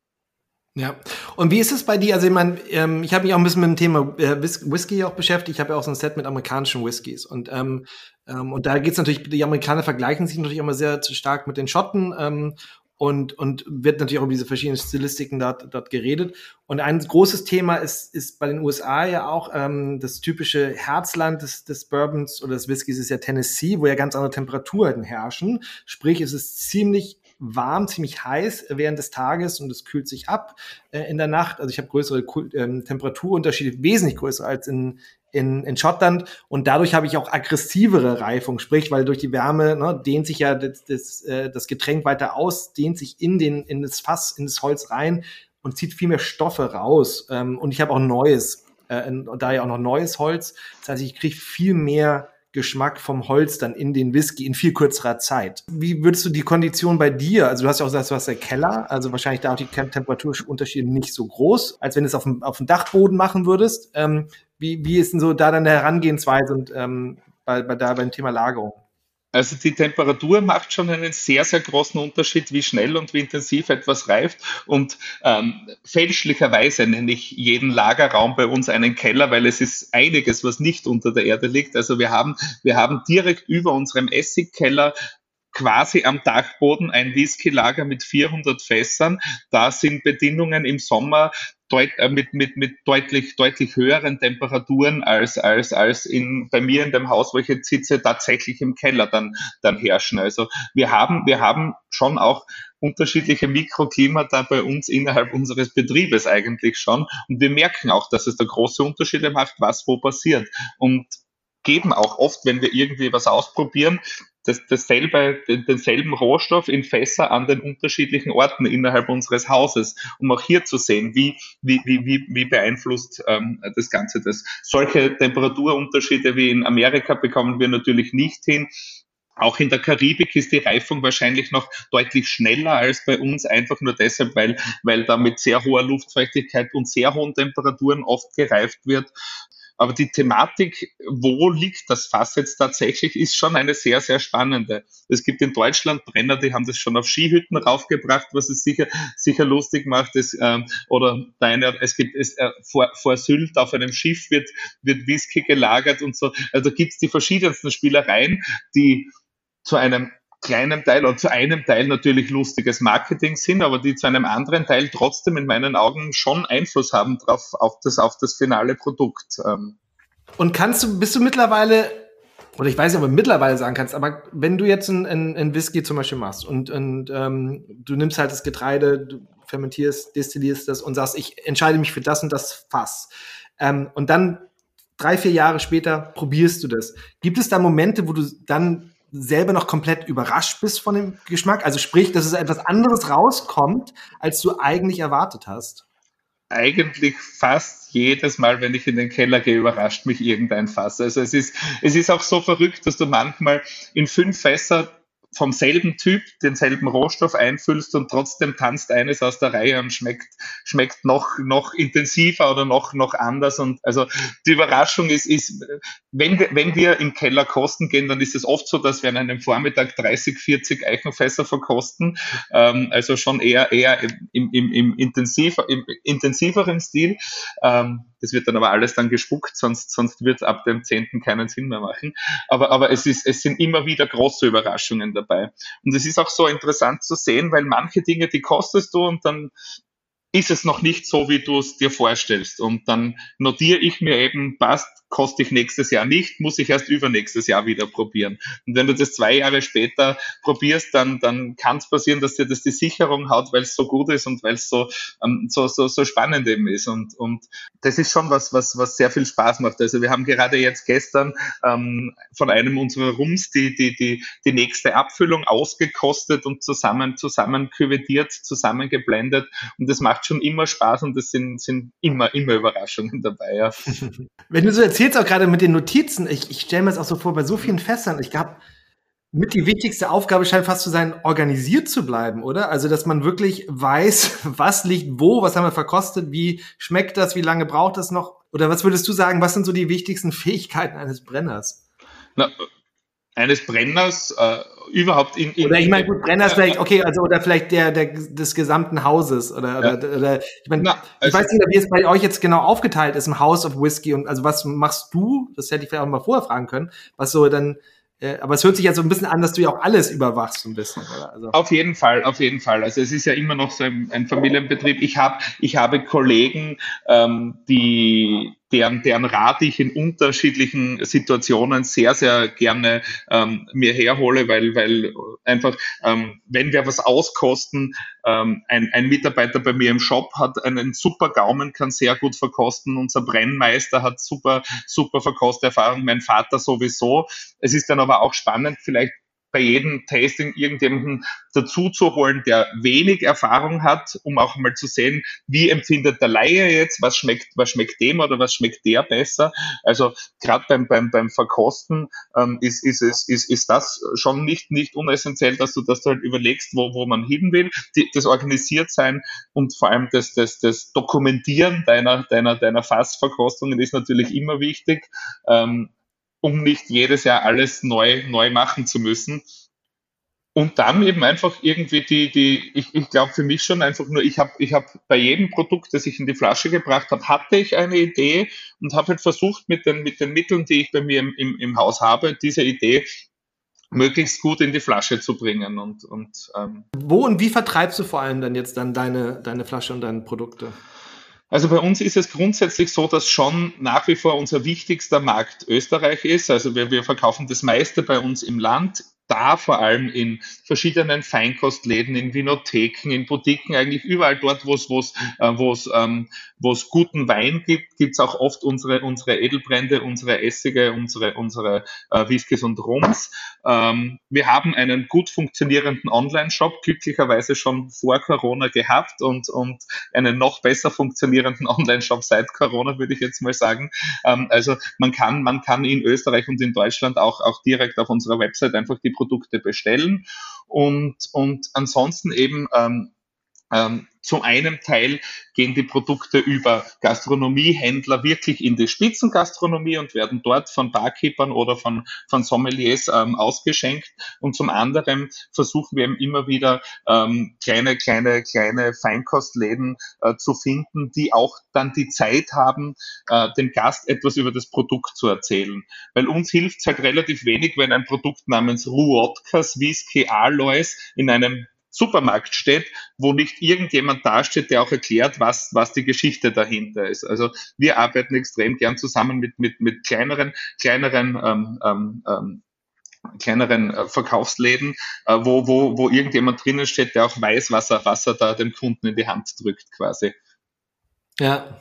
Ja, und wie ist es bei dir? Also ich meine, ähm, ich habe mich auch ein bisschen mit dem Thema äh, Whis- Whisky auch beschäftigt. Ich habe ja auch so ein Set mit amerikanischen Whiskys und ähm, ähm, und da geht's natürlich, die Amerikaner vergleichen sich natürlich immer sehr stark mit den Schotten ähm, und und wird natürlich auch über diese verschiedenen Stilistiken dort, dort geredet. Und ein großes Thema ist ist bei den U S A ja auch ähm, das typische Herzland des, des Bourbons oder des Whiskys ist ja Tennessee, wo ja ganz andere Temperaturen herrschen. Sprich, es ist ziemlich warm, ziemlich heiß während des Tages und es kühlt sich ab äh, in der Nacht. Also ich habe größere ähm, Temperaturunterschiede, wesentlich größer als in, in, in Schottland und dadurch habe ich auch aggressivere Reifung, sprich, weil durch die Wärme ne, dehnt sich ja das, das, äh, das Getränk weiter aus, dehnt sich in, den, in das Fass, in das Holz rein und zieht viel mehr Stoffe raus. Ähm, und ich habe auch neues, äh, und daher auch noch neues Holz. Das heißt, ich kriege viel mehr Geschmack vom Holz dann in den Whisky in viel kürzerer Zeit. Wie würdest du die Kondition bei dir, also du hast ja auch gesagt, du hast ja Keller, also wahrscheinlich da auch die Temperaturunterschiede nicht so groß, als wenn du es auf dem, auf dem Dachboden machen würdest. Ähm, wie, wie ist denn so da deine Herangehensweise und ähm, bei, bei da beim Thema Lagerung? Also die Temperatur macht schon einen sehr, sehr großen Unterschied, wie schnell und wie intensiv etwas reift. Und ähm, fälschlicherweise nenne ich jeden Lagerraum bei uns einen Keller, weil es ist einiges, was nicht unter der Erde liegt. Also wir haben, wir haben direkt über unserem Essigkeller quasi am Dachboden ein Whisky-Lager mit vierhundert Fässern. Da sind Bedingungen im Sommer Deut, äh, mit, mit, mit deutlich, deutlich höheren Temperaturen als, als, als in, bei mir in dem Haus, wo ich jetzt sitze, tatsächlich im Keller dann, dann herrschen. Also wir haben, wir haben schon auch unterschiedliche Mikroklimata bei uns innerhalb unseres Betriebes eigentlich schon. Und wir merken auch, dass es da große Unterschiede macht, was wo passiert. Und geben auch oft, wenn wir irgendwie was ausprobieren, das, dasselbe, denselben Rohstoff in Fässer an den unterschiedlichen Orten innerhalb unseres Hauses, um auch hier zu sehen, wie, wie, wie, wie beeinflusst ähm, das Ganze das. Solche Temperaturunterschiede wie in Amerika bekommen wir natürlich nicht hin. Auch in der Karibik ist die Reifung wahrscheinlich noch deutlich schneller als bei uns, einfach nur deshalb, weil, weil da mit sehr hoher Luftfeuchtigkeit und sehr hohen Temperaturen oft gereift wird. Aber die Thematik, wo liegt das Fass jetzt tatsächlich, ist schon eine sehr, sehr spannende. Es gibt in Deutschland Brenner, die haben das schon auf Skihütten raufgebracht, was es sicher, sicher lustig macht. Es, ähm, oder deine, es gibt es, äh, vor, vor Sylt auf einem Schiff wird, wird Whisky gelagert und so. Also da gibt es die verschiedensten Spielereien, die zu einem kleinen Teil und zu einem Teil natürlich lustiges Marketing sind, aber die zu einem anderen Teil trotzdem in meinen Augen schon Einfluss haben drauf, auf das, auf das finale Produkt. Und kannst du, bist du mittlerweile, oder ich weiß nicht, ob du mittlerweile sagen kannst, aber wenn du jetzt ein, ein, ein Whisky zum Beispiel machst und, und ähm, du nimmst halt das Getreide, du fermentierst, destillierst das und sagst, ich entscheide mich für das und das Fass. Ähm, und dann drei, vier Jahre später probierst du das. Gibt es da Momente, wo du dann selber noch komplett überrascht bist von dem Geschmack? Also sprich, dass es etwas anderes rauskommt, als du eigentlich erwartet hast? Eigentlich fast jedes Mal, wenn ich in den Keller gehe, überrascht mich irgendein Fass. Also es ist, es ist auch so verrückt, dass du manchmal in fünf Fässer vom selben Typ denselben Rohstoff einfüllst und trotzdem tanzt eines aus der Reihe und schmeckt, schmeckt noch, noch intensiver oder noch, noch anders. Und also die Überraschung ist, ist wenn, wir, wenn wir im Keller kosten gehen, dann ist es oft so, dass wir an einem Vormittag dreißig, vierzig Eichenfässer verkosten. Ähm, also schon eher, eher im, im, im, intensiver, im intensiveren Stil. Ähm, das wird dann aber alles dann gespuckt, sonst, sonst wird es ab dem zehnten keinen Sinn mehr machen. Aber, aber es ist, es sind immer wieder große Überraschungen dabei. Und es ist auch so interessant zu sehen, weil manche Dinge, die kostest du und dann ist es noch nicht so, wie du es dir vorstellst. Und dann notiere ich mir eben, passt, koste ich nächstes Jahr nicht, muss ich erst übernächstes Jahr wieder probieren. Und wenn du das zwei Jahre später probierst, dann, dann kann es passieren, dass dir das die Sicherung haut, weil es so gut ist und weil es so, ähm, so, so, so spannend eben ist. Und, und das ist schon was, was, was sehr viel Spaß macht. Also wir haben gerade jetzt gestern ähm, von einem unserer Rums die, die, die, die nächste Abfüllung ausgekostet und zusammen, zusammen küvettiert, zusammen geblendet. Und das macht schon immer Spaß und es sind, sind immer, immer Überraschungen dabei. Ja. Wenn du so erzählst, auch gerade mit den Notizen, ich, ich stelle mir das auch so vor, bei so vielen Fässern, ich glaube, mit die wichtigste Aufgabe scheint fast zu sein, organisiert zu bleiben, oder? Also, dass man wirklich weiß, was liegt wo, was haben wir verkostet, wie schmeckt das, wie lange braucht das noch? Oder was würdest du sagen, was sind so die wichtigsten Fähigkeiten eines Brenners? Na, eines Brenners äh, überhaupt in, in oder ich meine, gut, Brenner ist vielleicht, okay, also oder vielleicht der, der des gesamten Hauses oder, ja. oder, oder ich meine, Na, also, ich weiß nicht, wie es bei euch jetzt genau aufgeteilt ist im House of Whiskey und also was machst du, das hätte ich vielleicht auch mal vorher fragen können, was so dann, äh, aber es hört sich ja so ein bisschen an, dass du ja auch alles überwachst ein bisschen, oder? Also. Auf jeden Fall, auf jeden Fall. Also es ist ja immer noch so ein, ein Familienbetrieb. Ich habe ich habe Kollegen, ähm, die deren, deren Rat ich in unterschiedlichen Situationen sehr, sehr gerne ähm, mir herhole, weil, weil einfach, ähm, wenn wir was auskosten, ähm, ein, ein Mitarbeiter bei mir im Shop hat einen super Gaumen, kann sehr gut verkosten, unser Brennmeister hat super, super Verkosterfahrung, mein Vater sowieso. Es ist dann aber auch spannend, vielleicht bei jedem Tasting irgendjemanden dazu zu holen, der wenig Erfahrung hat, um auch mal zu sehen, wie empfindet der Laie jetzt, was schmeckt, was schmeckt dem oder was schmeckt der besser. Also gerade beim, beim, beim Verkosten ähm, ist, ist, ist, ist, ist das schon nicht, nicht unessentiell, dass du, dass du halt überlegst, wo, wo man hin will. Die, das Organisiertsein und vor allem das, das, das Dokumentieren deiner, deiner, deiner Fassverkostungen ist natürlich immer wichtig. Ähm, um nicht jedes Jahr alles neu, neu machen zu müssen. Und dann eben einfach irgendwie die, die ich, ich glaube für mich schon einfach nur, ich habe ich hab bei jedem Produkt, das ich in die Flasche gebracht habe, hatte ich eine Idee und habe halt versucht, mit den, mit den Mitteln, die ich bei mir im, im, im Haus habe, diese Idee möglichst gut in die Flasche zu bringen. Und, und, ähm, Wo und wie vertreibst du vor allem dann jetzt dann deine, deine Flasche und deine Produkte? Also bei uns ist es grundsätzlich so, dass schon nach wie vor unser wichtigster Markt Österreich ist. Also wir, wir verkaufen das meiste bei uns im Land, da vor allem in verschiedenen Feinkostläden, in Vinotheken, in Boutiquen, eigentlich überall dort, wo es wo es äh, wo es ähm, wo es guten Wein gibt, gibt es auch oft unsere unsere Edelbrände, unsere Essige, unsere unsere äh, Whiskys und Rums. Ähm, wir haben einen gut funktionierenden Online-Shop, glücklicherweise schon vor Corona gehabt und und einen noch besser funktionierenden Online-Shop seit Corona, würde ich jetzt mal sagen. Ähm, also man kann man kann in Österreich und in Deutschland auch auch direkt auf unserer Website einfach die Produkte bestellen. Und, und ansonsten eben ähm, ähm, zum einen Teil gehen die Produkte über Gastronomiehändler wirklich in die Spitzengastronomie und werden dort von Barkeepern oder von, von Sommeliers ähm, ausgeschenkt. Und zum anderen versuchen wir eben immer wieder ähm, kleine, kleine, kleine Feinkostläden äh, zu finden, die auch dann die Zeit haben, äh, dem Gast etwas über das Produkt zu erzählen. Weil uns hilft es halt relativ wenig, wenn ein Produkt namens Ruotkas Whisky Alois in einem Supermarkt steht, wo nicht irgendjemand dasteht, der auch erklärt, was, was die Geschichte dahinter ist. Also wir arbeiten extrem gern zusammen mit, mit, mit kleineren, kleineren, ähm, ähm, kleineren äh, Verkaufsläden, äh, wo, wo, wo irgendjemand drinnen steht, der auch weiß, was er, was er da dem Kunden in die Hand drückt, quasi. Ja.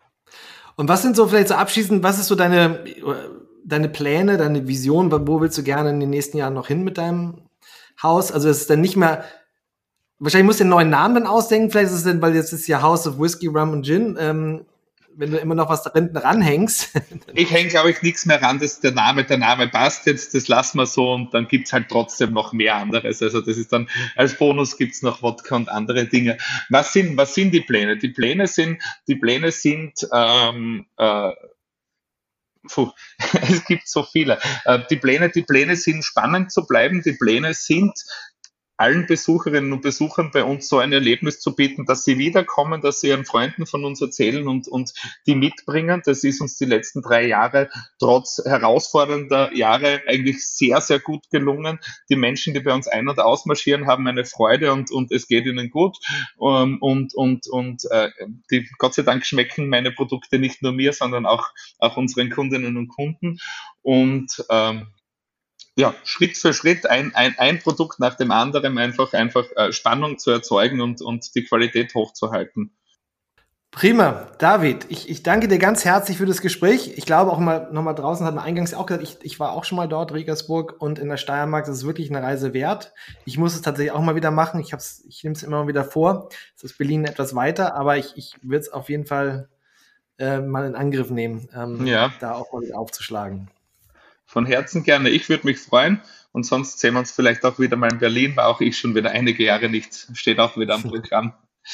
Und was sind so vielleicht so abschließend, was ist so deine, deine Pläne, deine Vision, wo willst du gerne in den nächsten Jahren noch hin mit deinem Haus? Also es ist dann nicht mehr, wahrscheinlich musst du den neuen Namen dann ausdenken, vielleicht ist es denn, weil jetzt ist ja House of Whiskey, Rum und Gin, ähm, wenn du immer noch was da hinten ranhängst. Ich hänge, glaube ich, nichts mehr ran, dass der Name, der Name passt jetzt, das lassen wir so und dann gibt's halt trotzdem noch mehr anderes. Also das ist dann, als Bonus gibt's noch Wodka und andere Dinge. Was sind, was sind die Pläne? Die Pläne sind, die Pläne sind, ähm, äh, Puh, es gibt so viele. Äh, die Pläne, die Pläne sind spannend zu bleiben. Die Pläne sind, allen Besucherinnen und Besuchern bei uns so ein Erlebnis zu bieten, dass sie wiederkommen, dass sie ihren Freunden von uns erzählen und, und die mitbringen. Das ist uns die letzten drei Jahre trotz herausfordernder Jahre eigentlich sehr, sehr gut gelungen. Die Menschen, die bei uns ein- und ausmarschieren, haben eine Freude und, und es geht ihnen gut. Und, und, und, und äh, die, Gott sei Dank schmecken meine Produkte nicht nur mir, sondern auch, auch unseren Kundinnen und Kunden. Und ähm, ja, Schritt für Schritt ein, ein, ein Produkt nach dem anderen einfach, einfach äh, Spannung zu erzeugen und, und die Qualität hochzuhalten. Prima, David, ich, ich danke dir ganz herzlich für das Gespräch. Ich glaube auch mal noch mal draußen, hat man eingangs auch gesagt, ich, ich war auch schon mal dort, Regensburg und in der Steiermark, das ist wirklich eine Reise wert. Ich muss es tatsächlich auch mal wieder machen. Ich hab's, ich nehme es immer mal wieder vor. Es ist Berlin etwas weiter, aber ich, ich würde es auf jeden Fall äh, mal in Angriff nehmen, ähm, ja. da auch mal wieder aufzuschlagen. Von Herzen gerne. Ich würde mich freuen. Und sonst sehen wir uns vielleicht auch wieder mal in Berlin. War auch ich schon wieder einige Jahre nicht. Steht auch wieder am Programm.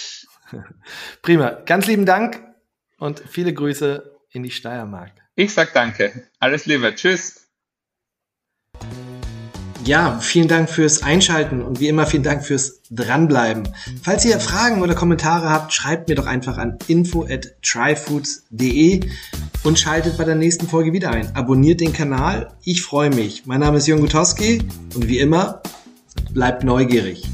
Prima. Ganz lieben Dank und viele Grüße in die Steiermark. Ich sag danke. Alles Liebe. Tschüss. Ja, vielen Dank fürs Einschalten und wie immer vielen Dank fürs Dranbleiben. Falls ihr Fragen oder Kommentare habt, schreibt mir doch einfach an info at tryfoods punkt de und schaltet bei der nächsten Folge wieder ein. Abonniert den Kanal, ich freue mich. Mein Name ist Jürgen Gutowski und wie immer, bleibt neugierig.